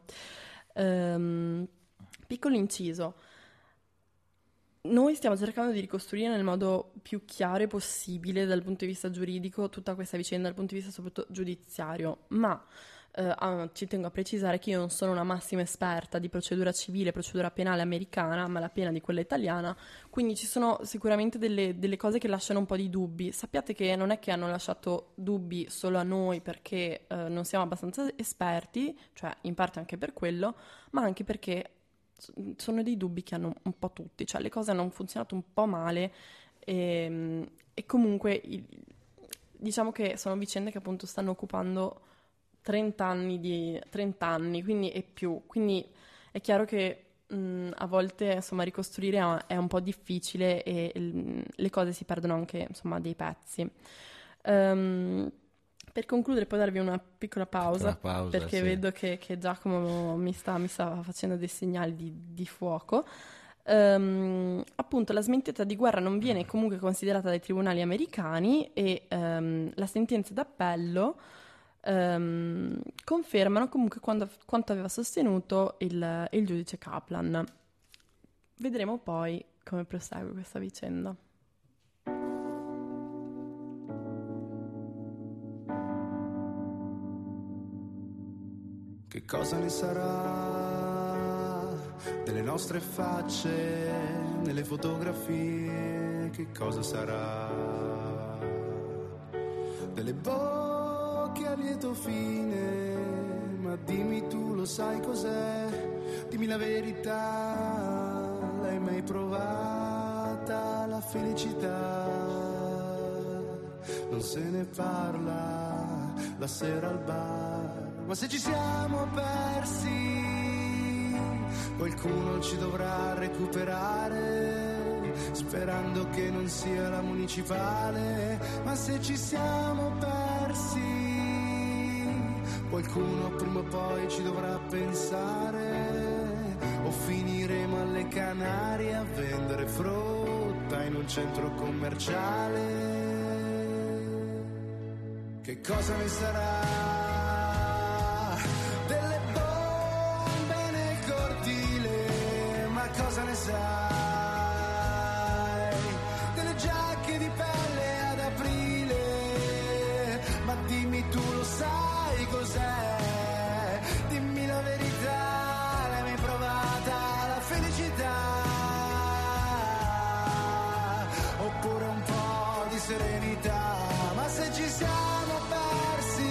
Piccolo inciso: noi stiamo cercando di ricostruire nel modo più chiaro possibile dal punto di vista giuridico tutta questa vicenda dal punto di vista soprattutto giudiziario, ma ci tengo a precisare che io non sono una massima esperta di procedura civile, procedura penale americana, ma la pena di quella italiana, quindi ci sono sicuramente delle cose che lasciano un po' di dubbi. Sappiate che non è che hanno lasciato dubbi solo a noi perché non siamo abbastanza esperti, cioè in parte anche per quello, ma anche perché sono dei dubbi che hanno un po' tutti, cioè le cose hanno funzionato un po' male e comunque diciamo che sono vicende che appunto stanno occupando 30 anni, quindi e più, quindi è chiaro che a volte insomma ricostruire è un po' difficile e le cose si perdono anche insomma dei pezzi. Per concludere, poi darvi una piccola pausa perché sì, vedo che Giacomo mi sta facendo dei segnali di fuoco. Appunto la smentita di Guerra non viene comunque considerata dai tribunali americani e la sentenza d'appello confermano comunque quanto aveva sostenuto il giudice Kaplan. Vedremo poi come prosegue questa vicenda. Che cosa ne sarà delle nostre facce nelle fotografie? Che cosa sarà delle bocche a lieto fine ma dimmi tu lo sai cos'è, dimmi la verità, l'hai mai provata la felicità? Non se ne parla la sera al bar, ma se ci siamo persi qualcuno ci dovrà recuperare, sperando che non sia la municipale. Ma se ci siamo persi qualcuno prima o poi ci dovrà pensare, o finiremo alle Canarie a vendere frutta in un centro commerciale. Che cosa ne sarà delle bombe nel cortile? Ma cosa ne sai delle giacche di pelle ad aprile? Ma dimmi tu lo sai cos'è, dimmi la verità, l'hai mai provata la felicità? Oppure un po' di serenità? Ma se ci siamo persi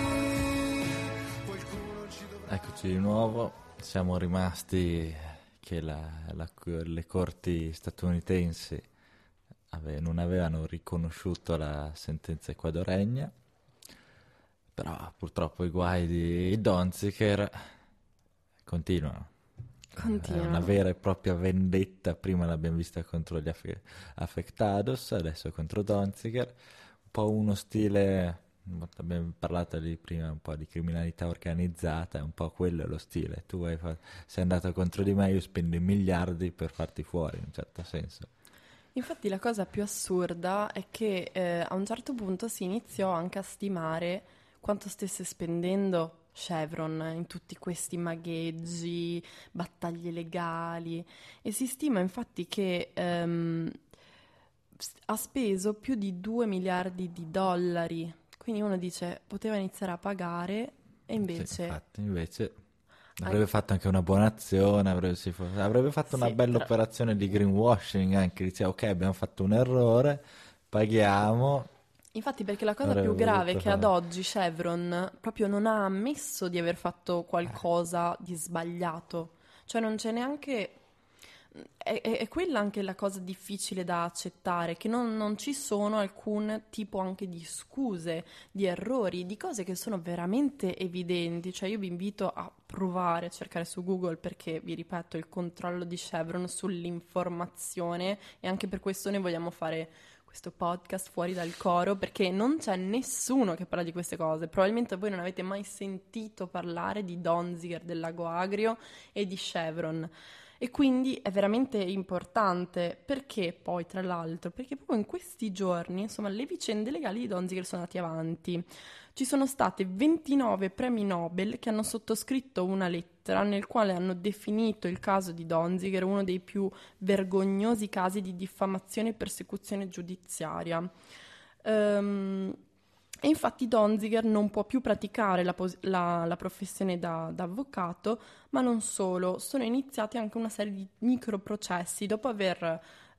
qualcuno ci dovrà... Eccoci di nuovo, siamo rimasti che le corti statunitensi non avevano riconosciuto la sentenza ecuadoregna, però purtroppo i guai di Donziger continuano. È una vera e propria vendetta, prima l'abbiamo vista contro gli affectados, adesso contro Donziger, un po' uno stile, abbiamo parlato lì prima un po' di criminalità organizzata, è un po' quello lo stile, tu sei andato contro di me, io spendo miliardi per farti fuori, in un certo senso. Infatti la cosa più assurda è che a un certo punto si iniziò anche a stimare quanto stesse spendendo Chevron in tutti questi magheggi, battaglie legali, e si stima infatti che ha speso più di 2 miliardi di dollari, quindi uno dice poteva iniziare a pagare e invece... Sì, infatti, invece avrebbe fatto anche una buona azione, avrebbe fatto una bella operazione di greenwashing, anche diceva ok abbiamo fatto un errore, paghiamo. Infatti, perché la cosa più grave è che ad oggi Chevron proprio non ha ammesso di aver fatto qualcosa di sbagliato, cioè non c'è neanche... È quella anche la cosa difficile da accettare, che non ci sono alcun tipo anche di scuse, di errori, di cose che sono veramente evidenti. Cioè io vi invito a provare a cercare su Google, perché vi ripeto il controllo di Chevron sull'informazione, e anche per questo noi vogliamo fare questo podcast fuori dal coro, perché non c'è nessuno che parla di queste cose. Probabilmente voi non avete mai sentito parlare di Donziger, del Lago Agrio e di Chevron. E quindi è veramente importante, perché poi tra l'altro, perché proprio in questi giorni, insomma, le vicende legali di Donziger sono andate avanti. Ci sono state 29 premi Nobel che hanno sottoscritto una lettera nel quale hanno definito il caso di Donziger uno dei più vergognosi casi di diffamazione e persecuzione giudiziaria. E infatti Donziger non può più praticare la professione da avvocato, ma non solo, sono iniziati anche una serie di microprocessi dopo aver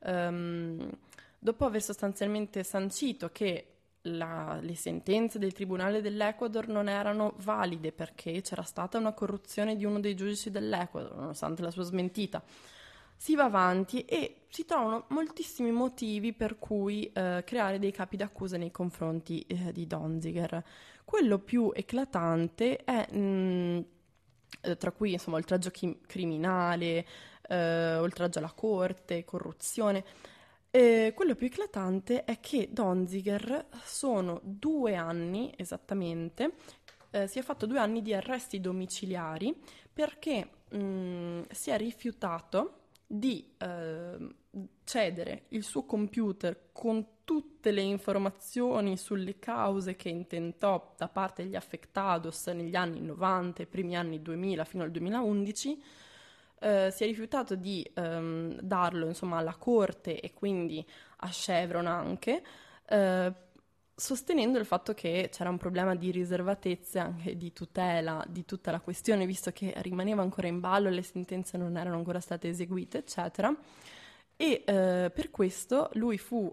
sostanzialmente sancito che le sentenze del Tribunale dell'Ecuador non erano valide perché c'era stata una corruzione di uno dei giudici dell'Ecuador, nonostante la sua smentita. Si va avanti e si trovano moltissimi motivi per cui creare dei capi d'accusa nei confronti di Donziger. Quello più eclatante è, tra cui insomma oltraggio criminale, oltraggio alla corte, corruzione. Quello più eclatante è che Donziger sono 2 anni esattamente, si è fatto 2 anni di arresti domiciliari perché si è rifiutato di cedere il suo computer con tutte le informazioni sulle cause che intentò da parte degli affectados negli anni 90 e primi anni 2000 fino al 2011. Si è rifiutato di darlo insomma alla corte e quindi a Chevron anche, sostenendo il fatto che c'era un problema di riservatezza e anche di tutela di tutta la questione, visto che rimaneva ancora in ballo, le sentenze non erano ancora state eseguite, eccetera. E per questo lui fu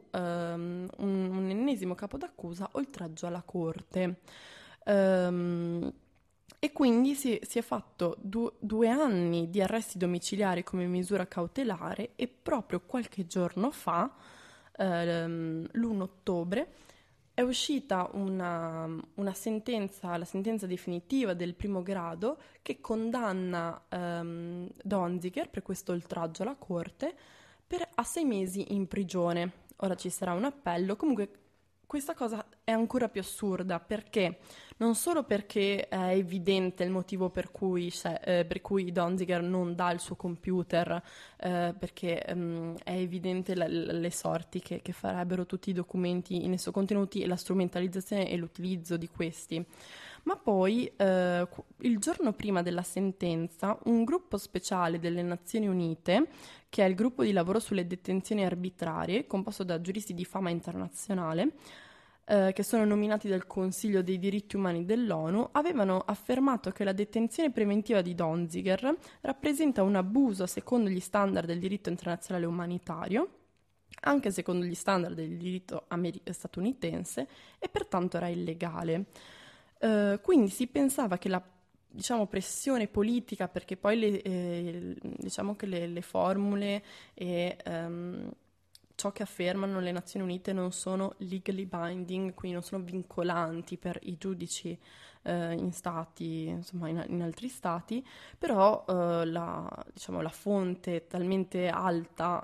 un ennesimo capo d'accusa, oltraggio alla corte. E quindi si è fatto 2 anni di arresti domiciliari come misura cautelare e proprio qualche giorno fa, l'1 ottobre, è uscita una sentenza, la sentenza definitiva del primo grado che condanna Donziger per questo oltraggio alla corte a 6 mesi in prigione. Ora ci sarà un appello. Comunque questa cosa è ancora più assurda perché non solo perché è evidente il motivo per cui Donziger non dà il suo computer, perché è evidente le sorti che farebbero tutti i documenti in esso contenuti e la strumentalizzazione e l'utilizzo di questi. Ma poi, il giorno prima della sentenza, un gruppo speciale delle Nazioni Unite, che è il gruppo di lavoro sulle detenzioni arbitrarie, composto da giuristi di fama internazionale, che sono nominati dal Consiglio dei diritti umani dell'ONU, avevano affermato che la detenzione preventiva di Donziger rappresenta un abuso secondo gli standard del diritto internazionale umanitario, anche secondo gli standard del diritto statunitense, e pertanto era illegale. Quindi si pensava che la pressione politica, perché poi diciamo che le formule e ciò che affermano le Nazioni Unite non sono legally binding, quindi non sono vincolanti per i giudici in stati, insomma in altri stati, però la fonte talmente alta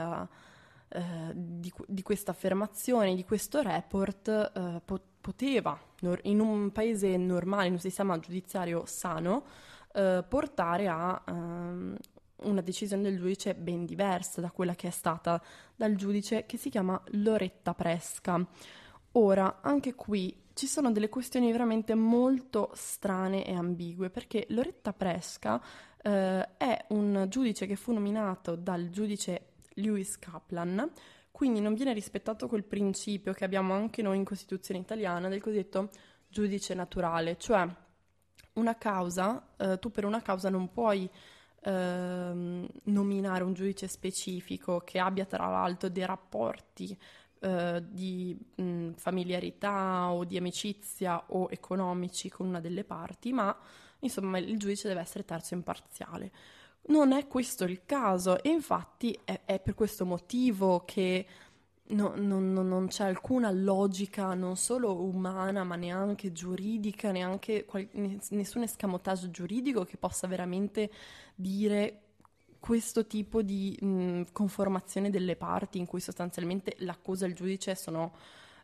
di questa affermazione, di questo report, poteva, in un paese normale, in un sistema giudiziario sano, portare a una decisione del giudice ben diversa da quella che è stata dal giudice che si chiama Loretta Presca. Ora, anche qui ci sono delle questioni veramente molto strane e ambigue, perché Loretta Presca è un giudice che fu nominato dal giudice Lewis Kaplan, quindi non viene rispettato quel principio che abbiamo anche noi in Costituzione italiana del cosiddetto giudice naturale, cioè una causa, tu per una causa non puoi nominare un giudice specifico che abbia tra l'altro dei rapporti di familiarità o di amicizia o economici con una delle parti, ma insomma il giudice deve essere terzo e imparziale. Non è questo il caso e infatti è per questo motivo che non c'è alcuna logica non solo umana ma neanche giuridica, neanche nessun escamotage giuridico che possa veramente dire questo tipo di conformazione delle parti in cui sostanzialmente l'accusa e il giudice sono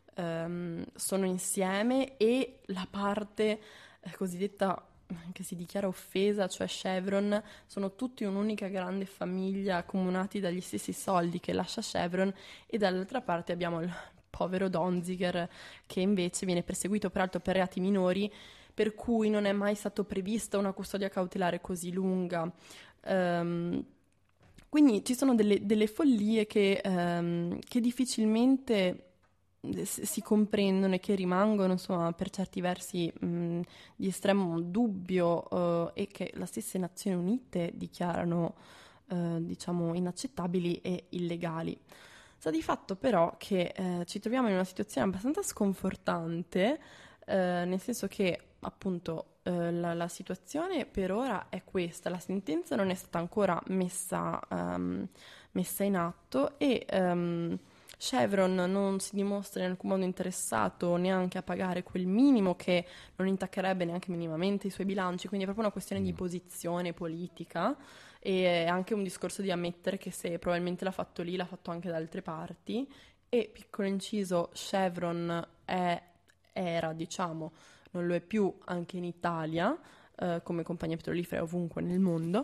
insieme e la parte cosiddetta che si dichiara offesa, cioè Chevron, sono tutti un'unica grande famiglia accomunati dagli stessi soldi che lascia Chevron, e dall'altra parte abbiamo il povero Donziger che invece viene perseguito peraltro per reati minori, per cui non è mai stato prevista una custodia cautelare così lunga. Quindi ci sono delle follie che difficilmente si comprendono e che rimangono, insomma, per certi versi di estremo dubbio e che le stesse Nazioni Unite dichiarano, diciamo, inaccettabili e illegali. Sta di fatto però che ci troviamo in una situazione abbastanza sconfortante, nel senso che appunto la situazione per ora è questa, la sentenza non è stata ancora messa in atto e Chevron non si dimostra in alcun modo interessato neanche a pagare quel minimo che non intaccherebbe neanche minimamente i suoi bilanci, quindi è proprio una questione di posizione politica e anche un discorso di ammettere che se probabilmente l'ha fatto lì, l'ha fatto anche da altre parti. E piccolo inciso, Chevron era, diciamo, non lo è più anche in Italia, come compagnia petrolifera ovunque nel mondo.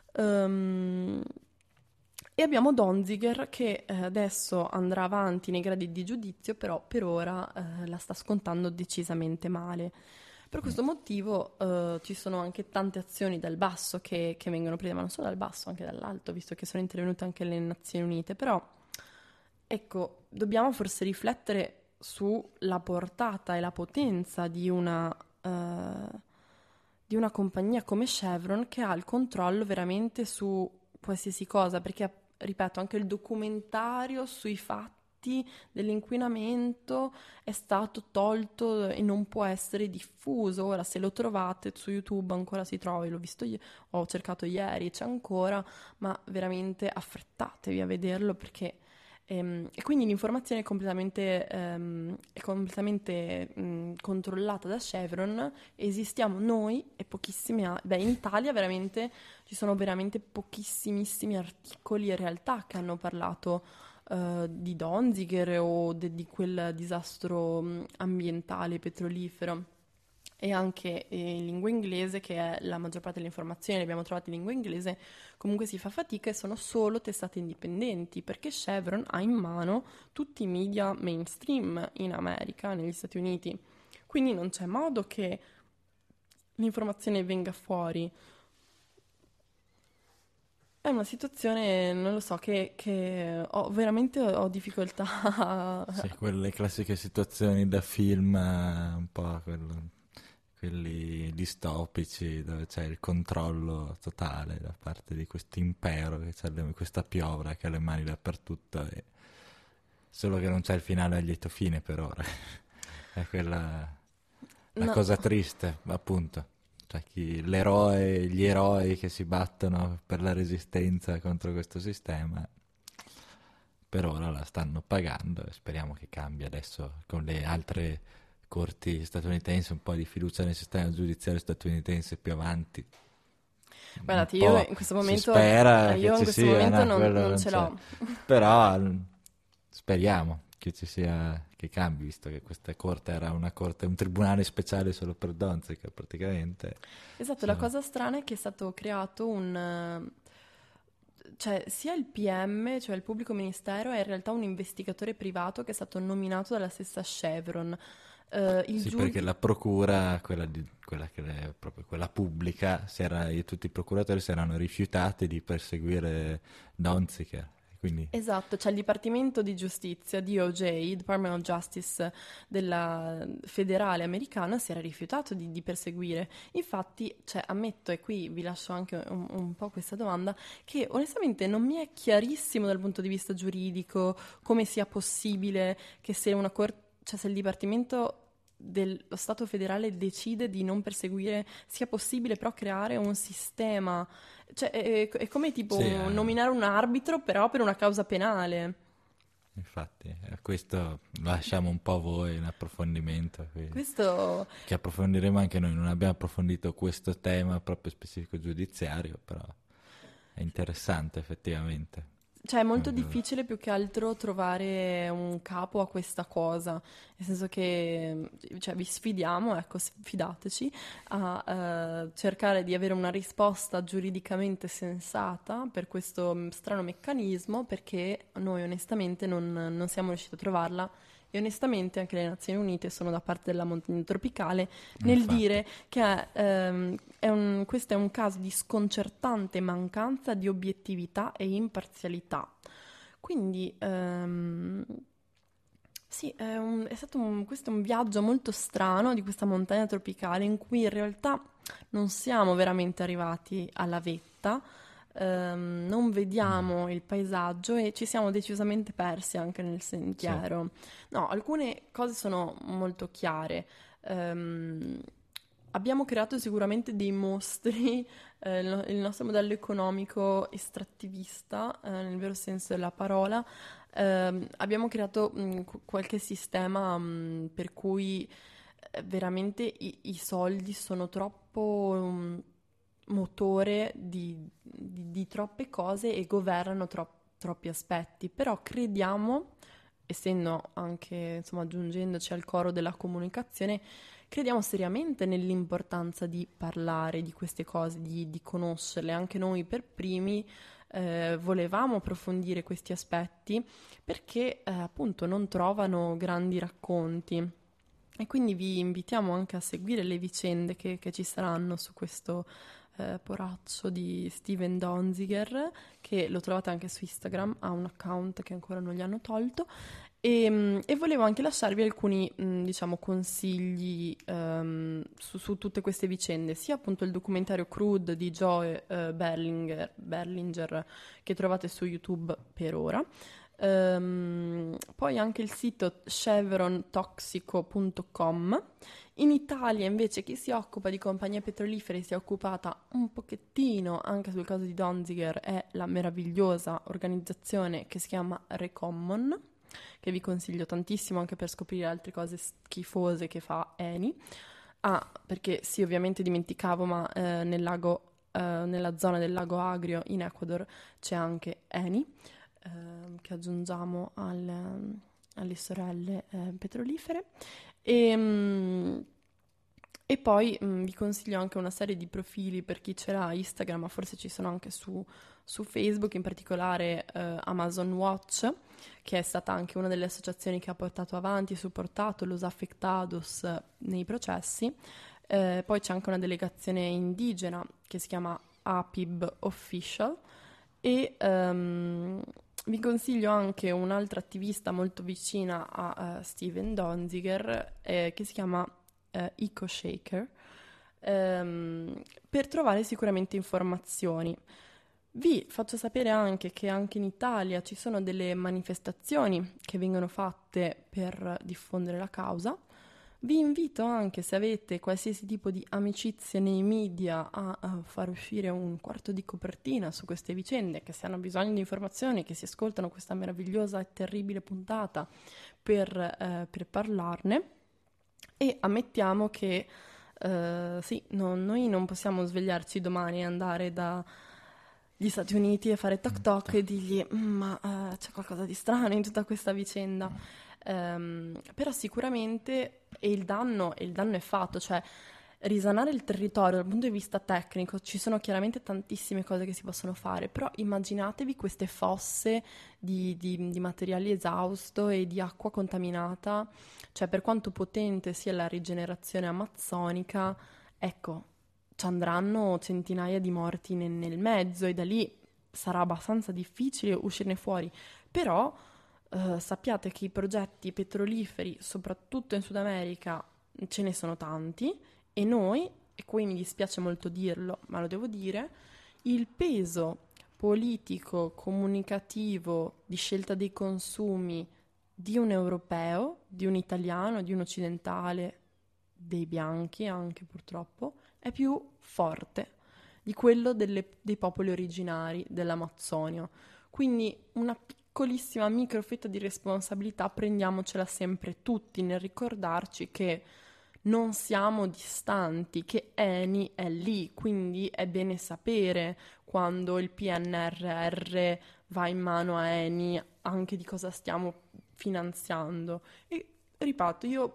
E abbiamo Donziger che adesso andrà avanti nei gradi di giudizio, però per ora la sta scontando decisamente male. Per questo motivo ci sono anche tante azioni dal basso che vengono prese, ma non solo dal basso, anche dall'alto, visto che sono intervenute anche le Nazioni Unite. Però, ecco, dobbiamo forse riflettere sulla portata e la potenza di una compagnia come Chevron che ha il controllo veramente su qualsiasi cosa, perché ripeto, anche il documentario sui fatti impatti dell'inquinamento è stato tolto e non può essere diffuso. Ora, se lo trovate su YouTube, ancora si trova, io l'ho visto, ho cercato ieri, c'è ancora, ma veramente affrettatevi a vederlo perché... E quindi l'informazione è completamente controllata da Chevron. Esistiamo noi e pochissimi in Italia veramente ci sono veramente pochissimissimi articoli e realtà che hanno parlato di Donziger o di quel disastro ambientale petrolifero. E anche in lingua inglese, che è la maggior parte delle informazioni le abbiamo trovate in lingua inglese, comunque si fa fatica e sono solo testate indipendenti, perché Chevron ha in mano tutti i media mainstream in America, negli Stati Uniti. Quindi non c'è modo che l'informazione venga fuori. È una situazione, non lo so, che ho difficoltà. Sì, quelle classiche situazioni da film, un po' quelli distopici, dove c'è il controllo totale da parte di questo impero, che c'è questa piovra che ha le mani dappertutto, solo che non c'è il finale a lieto fine per ora. È quella la No. cosa triste, appunto. Cioè gli eroi che si battono per la resistenza contro questo sistema, per ora la stanno pagando e speriamo che cambi adesso con le altre corti statunitensi, un po' di fiducia nel sistema giudiziario statunitense più avanti. Guardate, Un io po' in questo si momento, spera io che in ci questo sia, momento no, quello non ce c'è. l'ho. Però speriamo che ci sia, che cambi, visto che questa corte era un tribunale speciale solo per Donziger praticamente. Esatto, la cosa strana è che è stato creato cioè sia il PM, cioè il pubblico ministero, è in realtà un investigatore privato che è stato nominato dalla stessa Chevron. Sì, perché la procura, quella che è proprio quella pubblica, tutti i procuratori si erano rifiutati di perseguire Donziger. Quindi Esatto, c'è il Dipartimento di Giustizia, DOJ, Department of Justice della federale americana, si era rifiutato di perseguire. Infatti, cioè, ammetto, e qui vi lascio anche un po' questa domanda, che onestamente non mi è chiarissimo dal punto di vista giuridico come sia possibile che se una cioè se il Dipartimento dello Stato federale decide di non perseguire, sia possibile però creare un sistema, cioè è come tipo sì, nominare un arbitro però per una causa penale. infatti, questo lasciamo un po' a voi in approfondimento, Questo che approfondiremo anche noi. Non abbiamo approfondito questo tema proprio specifico giudiziario, però è interessante effettivamente. Cioè è molto difficile più che altro trovare un capo a questa cosa, nel senso che cioè, vi sfidiamo, ecco, sfidateci a cercare di avere una risposta giuridicamente sensata per questo strano meccanismo, perché noi onestamente non siamo riusciti a trovarla. E onestamente anche le Nazioni Unite sono da parte della montagna tropicale nel Infatti. dire che questo è un caso di sconcertante mancanza di obiettività e imparzialità. Quindi sì, questo è un viaggio molto strano di questa montagna tropicale in cui in realtà non siamo veramente arrivati alla vetta. Non vediamo il paesaggio e ci siamo decisamente persi anche nel sentiero. No, alcune cose sono molto chiare. Abbiamo creato sicuramente dei mostri, il nostro modello economico estrattivista, nel vero senso della parola. Abbiamo creato qualche sistema per cui veramente i soldi sono troppo motore di troppe cose e governano troppi aspetti, però crediamo, essendo anche, insomma, aggiungendoci al coro della comunicazione, crediamo seriamente nell'importanza di parlare di queste cose, di conoscerle. Anche noi per primi volevamo approfondire questi aspetti perché appunto non trovano grandi racconti. E quindi vi invitiamo anche a seguire le vicende che ci saranno su questo poraccio di Steven Donziger, che lo trovate anche su Instagram, ha un account che ancora non gli hanno tolto. E volevo anche lasciarvi alcuni, diciamo, consigli su tutte queste vicende, sia appunto il documentario Crude di Joe Berlinger che trovate su YouTube per ora, Poi anche il sito chevrontoxico.com. In Italia invece chi si occupa di compagnie petrolifere si è occupata un pochettino anche sul caso di Donziger, è la meravigliosa organizzazione che si chiama Recommon, che vi consiglio tantissimo anche per scoprire altre cose schifose che fa Eni. Perché sì, ovviamente dimenticavo, ma nella zona del lago Agrio in Ecuador c'è anche Eni, che aggiungiamo alle sorelle petrolifere. E poi vi consiglio anche una serie di profili per chi ce l'ha Instagram, ma forse ci sono anche su Facebook, in particolare Amazon Watch, che è stata anche una delle associazioni che ha portato avanti e supportato los afectados nei processi. Poi c'è anche una delegazione indigena che si chiama APIB Official e vi consiglio anche un'altra attivista molto vicina a Steven Donziger che si chiama EcoShaker, per trovare sicuramente informazioni. Vi faccio sapere anche che anche in Italia ci sono delle manifestazioni che vengono fatte per diffondere la causa. Vi invito anche, se avete qualsiasi tipo di amicizie nei media, a far uscire un quarto di copertina su queste vicende, che se hanno bisogno di informazioni, che si ascoltano questa meravigliosa e terribile puntata per parlarne. E ammettiamo che sì, noi non possiamo svegliarci domani e andare dagli Stati Uniti e fare toc toc e dirgli ma c'è qualcosa di strano in tutta questa vicenda. Però sicuramente il danno è fatto, cioè risanare il territorio dal punto di vista tecnico ci sono chiaramente tantissime cose che si possono fare, però immaginatevi queste fosse di materiali esausto e di acqua contaminata, cioè per quanto potente sia la rigenerazione amazzonica, ecco, ci andranno centinaia di morti nel mezzo e da lì sarà abbastanza difficile uscirne fuori, però sappiate che i progetti petroliferi, soprattutto in Sud America, ce ne sono tanti e noi, e qui mi dispiace molto dirlo, ma lo devo dire, il peso politico, comunicativo, di scelta dei consumi di un europeo, di un italiano, di un occidentale, dei bianchi anche purtroppo, è più forte di quello dei popoli originari dell'Amazzonia. Quindi una piccolissima microfetta di responsabilità prendiamocela sempre tutti nel ricordarci che non siamo distanti, che Eni è lì, quindi è bene sapere quando il PNRR va in mano a Eni anche di cosa stiamo finanziando. E ripeto, io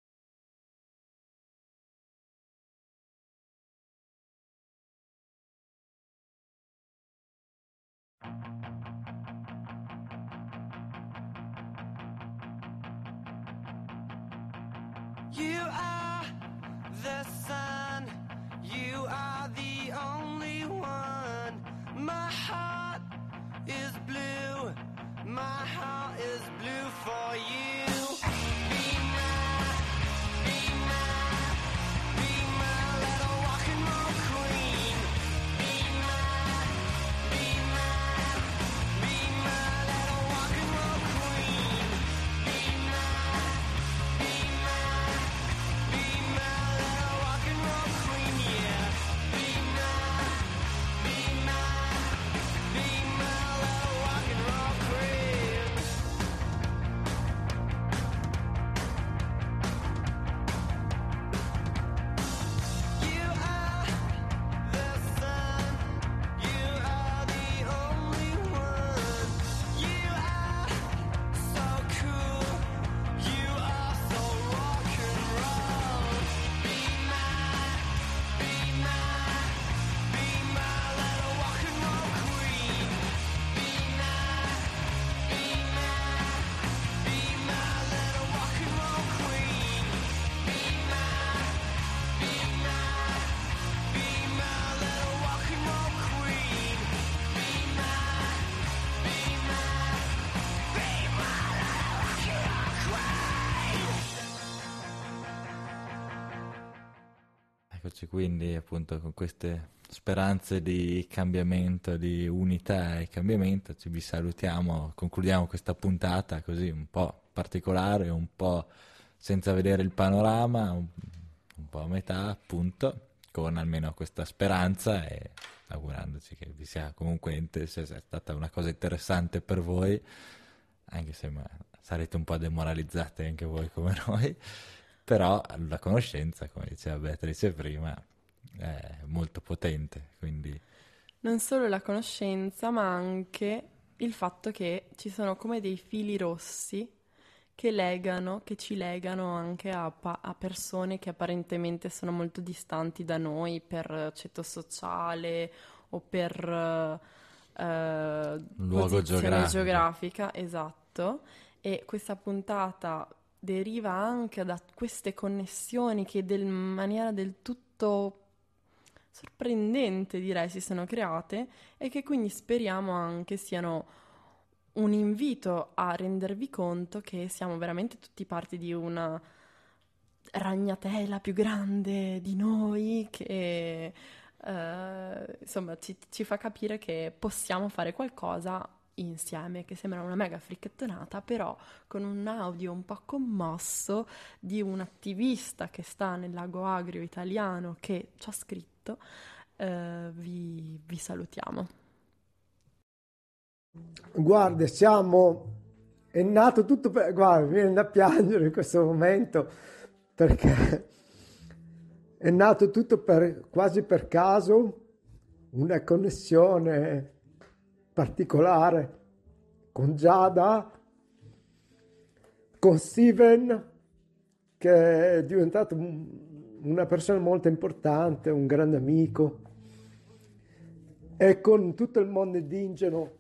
You are the sun, you are the only one. My heart is blue, my heart is blue for you. Be my little rock and roll queen. Be my little rock and roll queen. Be my little rock and roll queen, yeah. Be my little rock and roll queen. You are the sun, you are the only one. You are so cool, you are so rock and roll. Be my little rock and roll queen. Be my little rock and roll queen. Be my little rock and roll queen. Be my Eccoci quindi appunto con queste speranze di cambiamento, di unità e cambiamento, vi salutiamo, concludiamo questa puntata così un po' particolare, un po' senza vedere il panorama, un po' a metà appunto, con almeno questa speranza e augurandoci che vi sia comunque sia stata una cosa interessante per voi, anche se sarete un po' demoralizzate anche voi come noi, però la conoscenza, come diceva Beatrice prima, è molto potente, quindi Non solo la conoscenza, ma anche il fatto che ci sono come dei fili rossi che ci legano anche a persone che apparentemente sono molto distanti da noi per ceto sociale o per luogo posizione geografico. geografica, esatto. E questa puntata deriva anche da queste connessioni che in maniera del tutto sorprendente, direi, si sono create e che quindi speriamo anche siano un invito a rendervi conto che siamo veramente tutti parte di una ragnatela più grande di noi che insomma ci fa capire che possiamo fare qualcosa insieme, che sembra una mega fricchettonata, però con un audio un po' commosso di un attivista che sta nel lago agrio italiano che ci ha scritto, vi salutiamo. Guarda, è nato tutto per... Guarda, mi viene da piangere in questo momento perché è nato tutto quasi per caso, una connessione particolare con Giada, con Steven, che è diventato una persona molto importante, un grande amico, e con tutto il mondo indigeno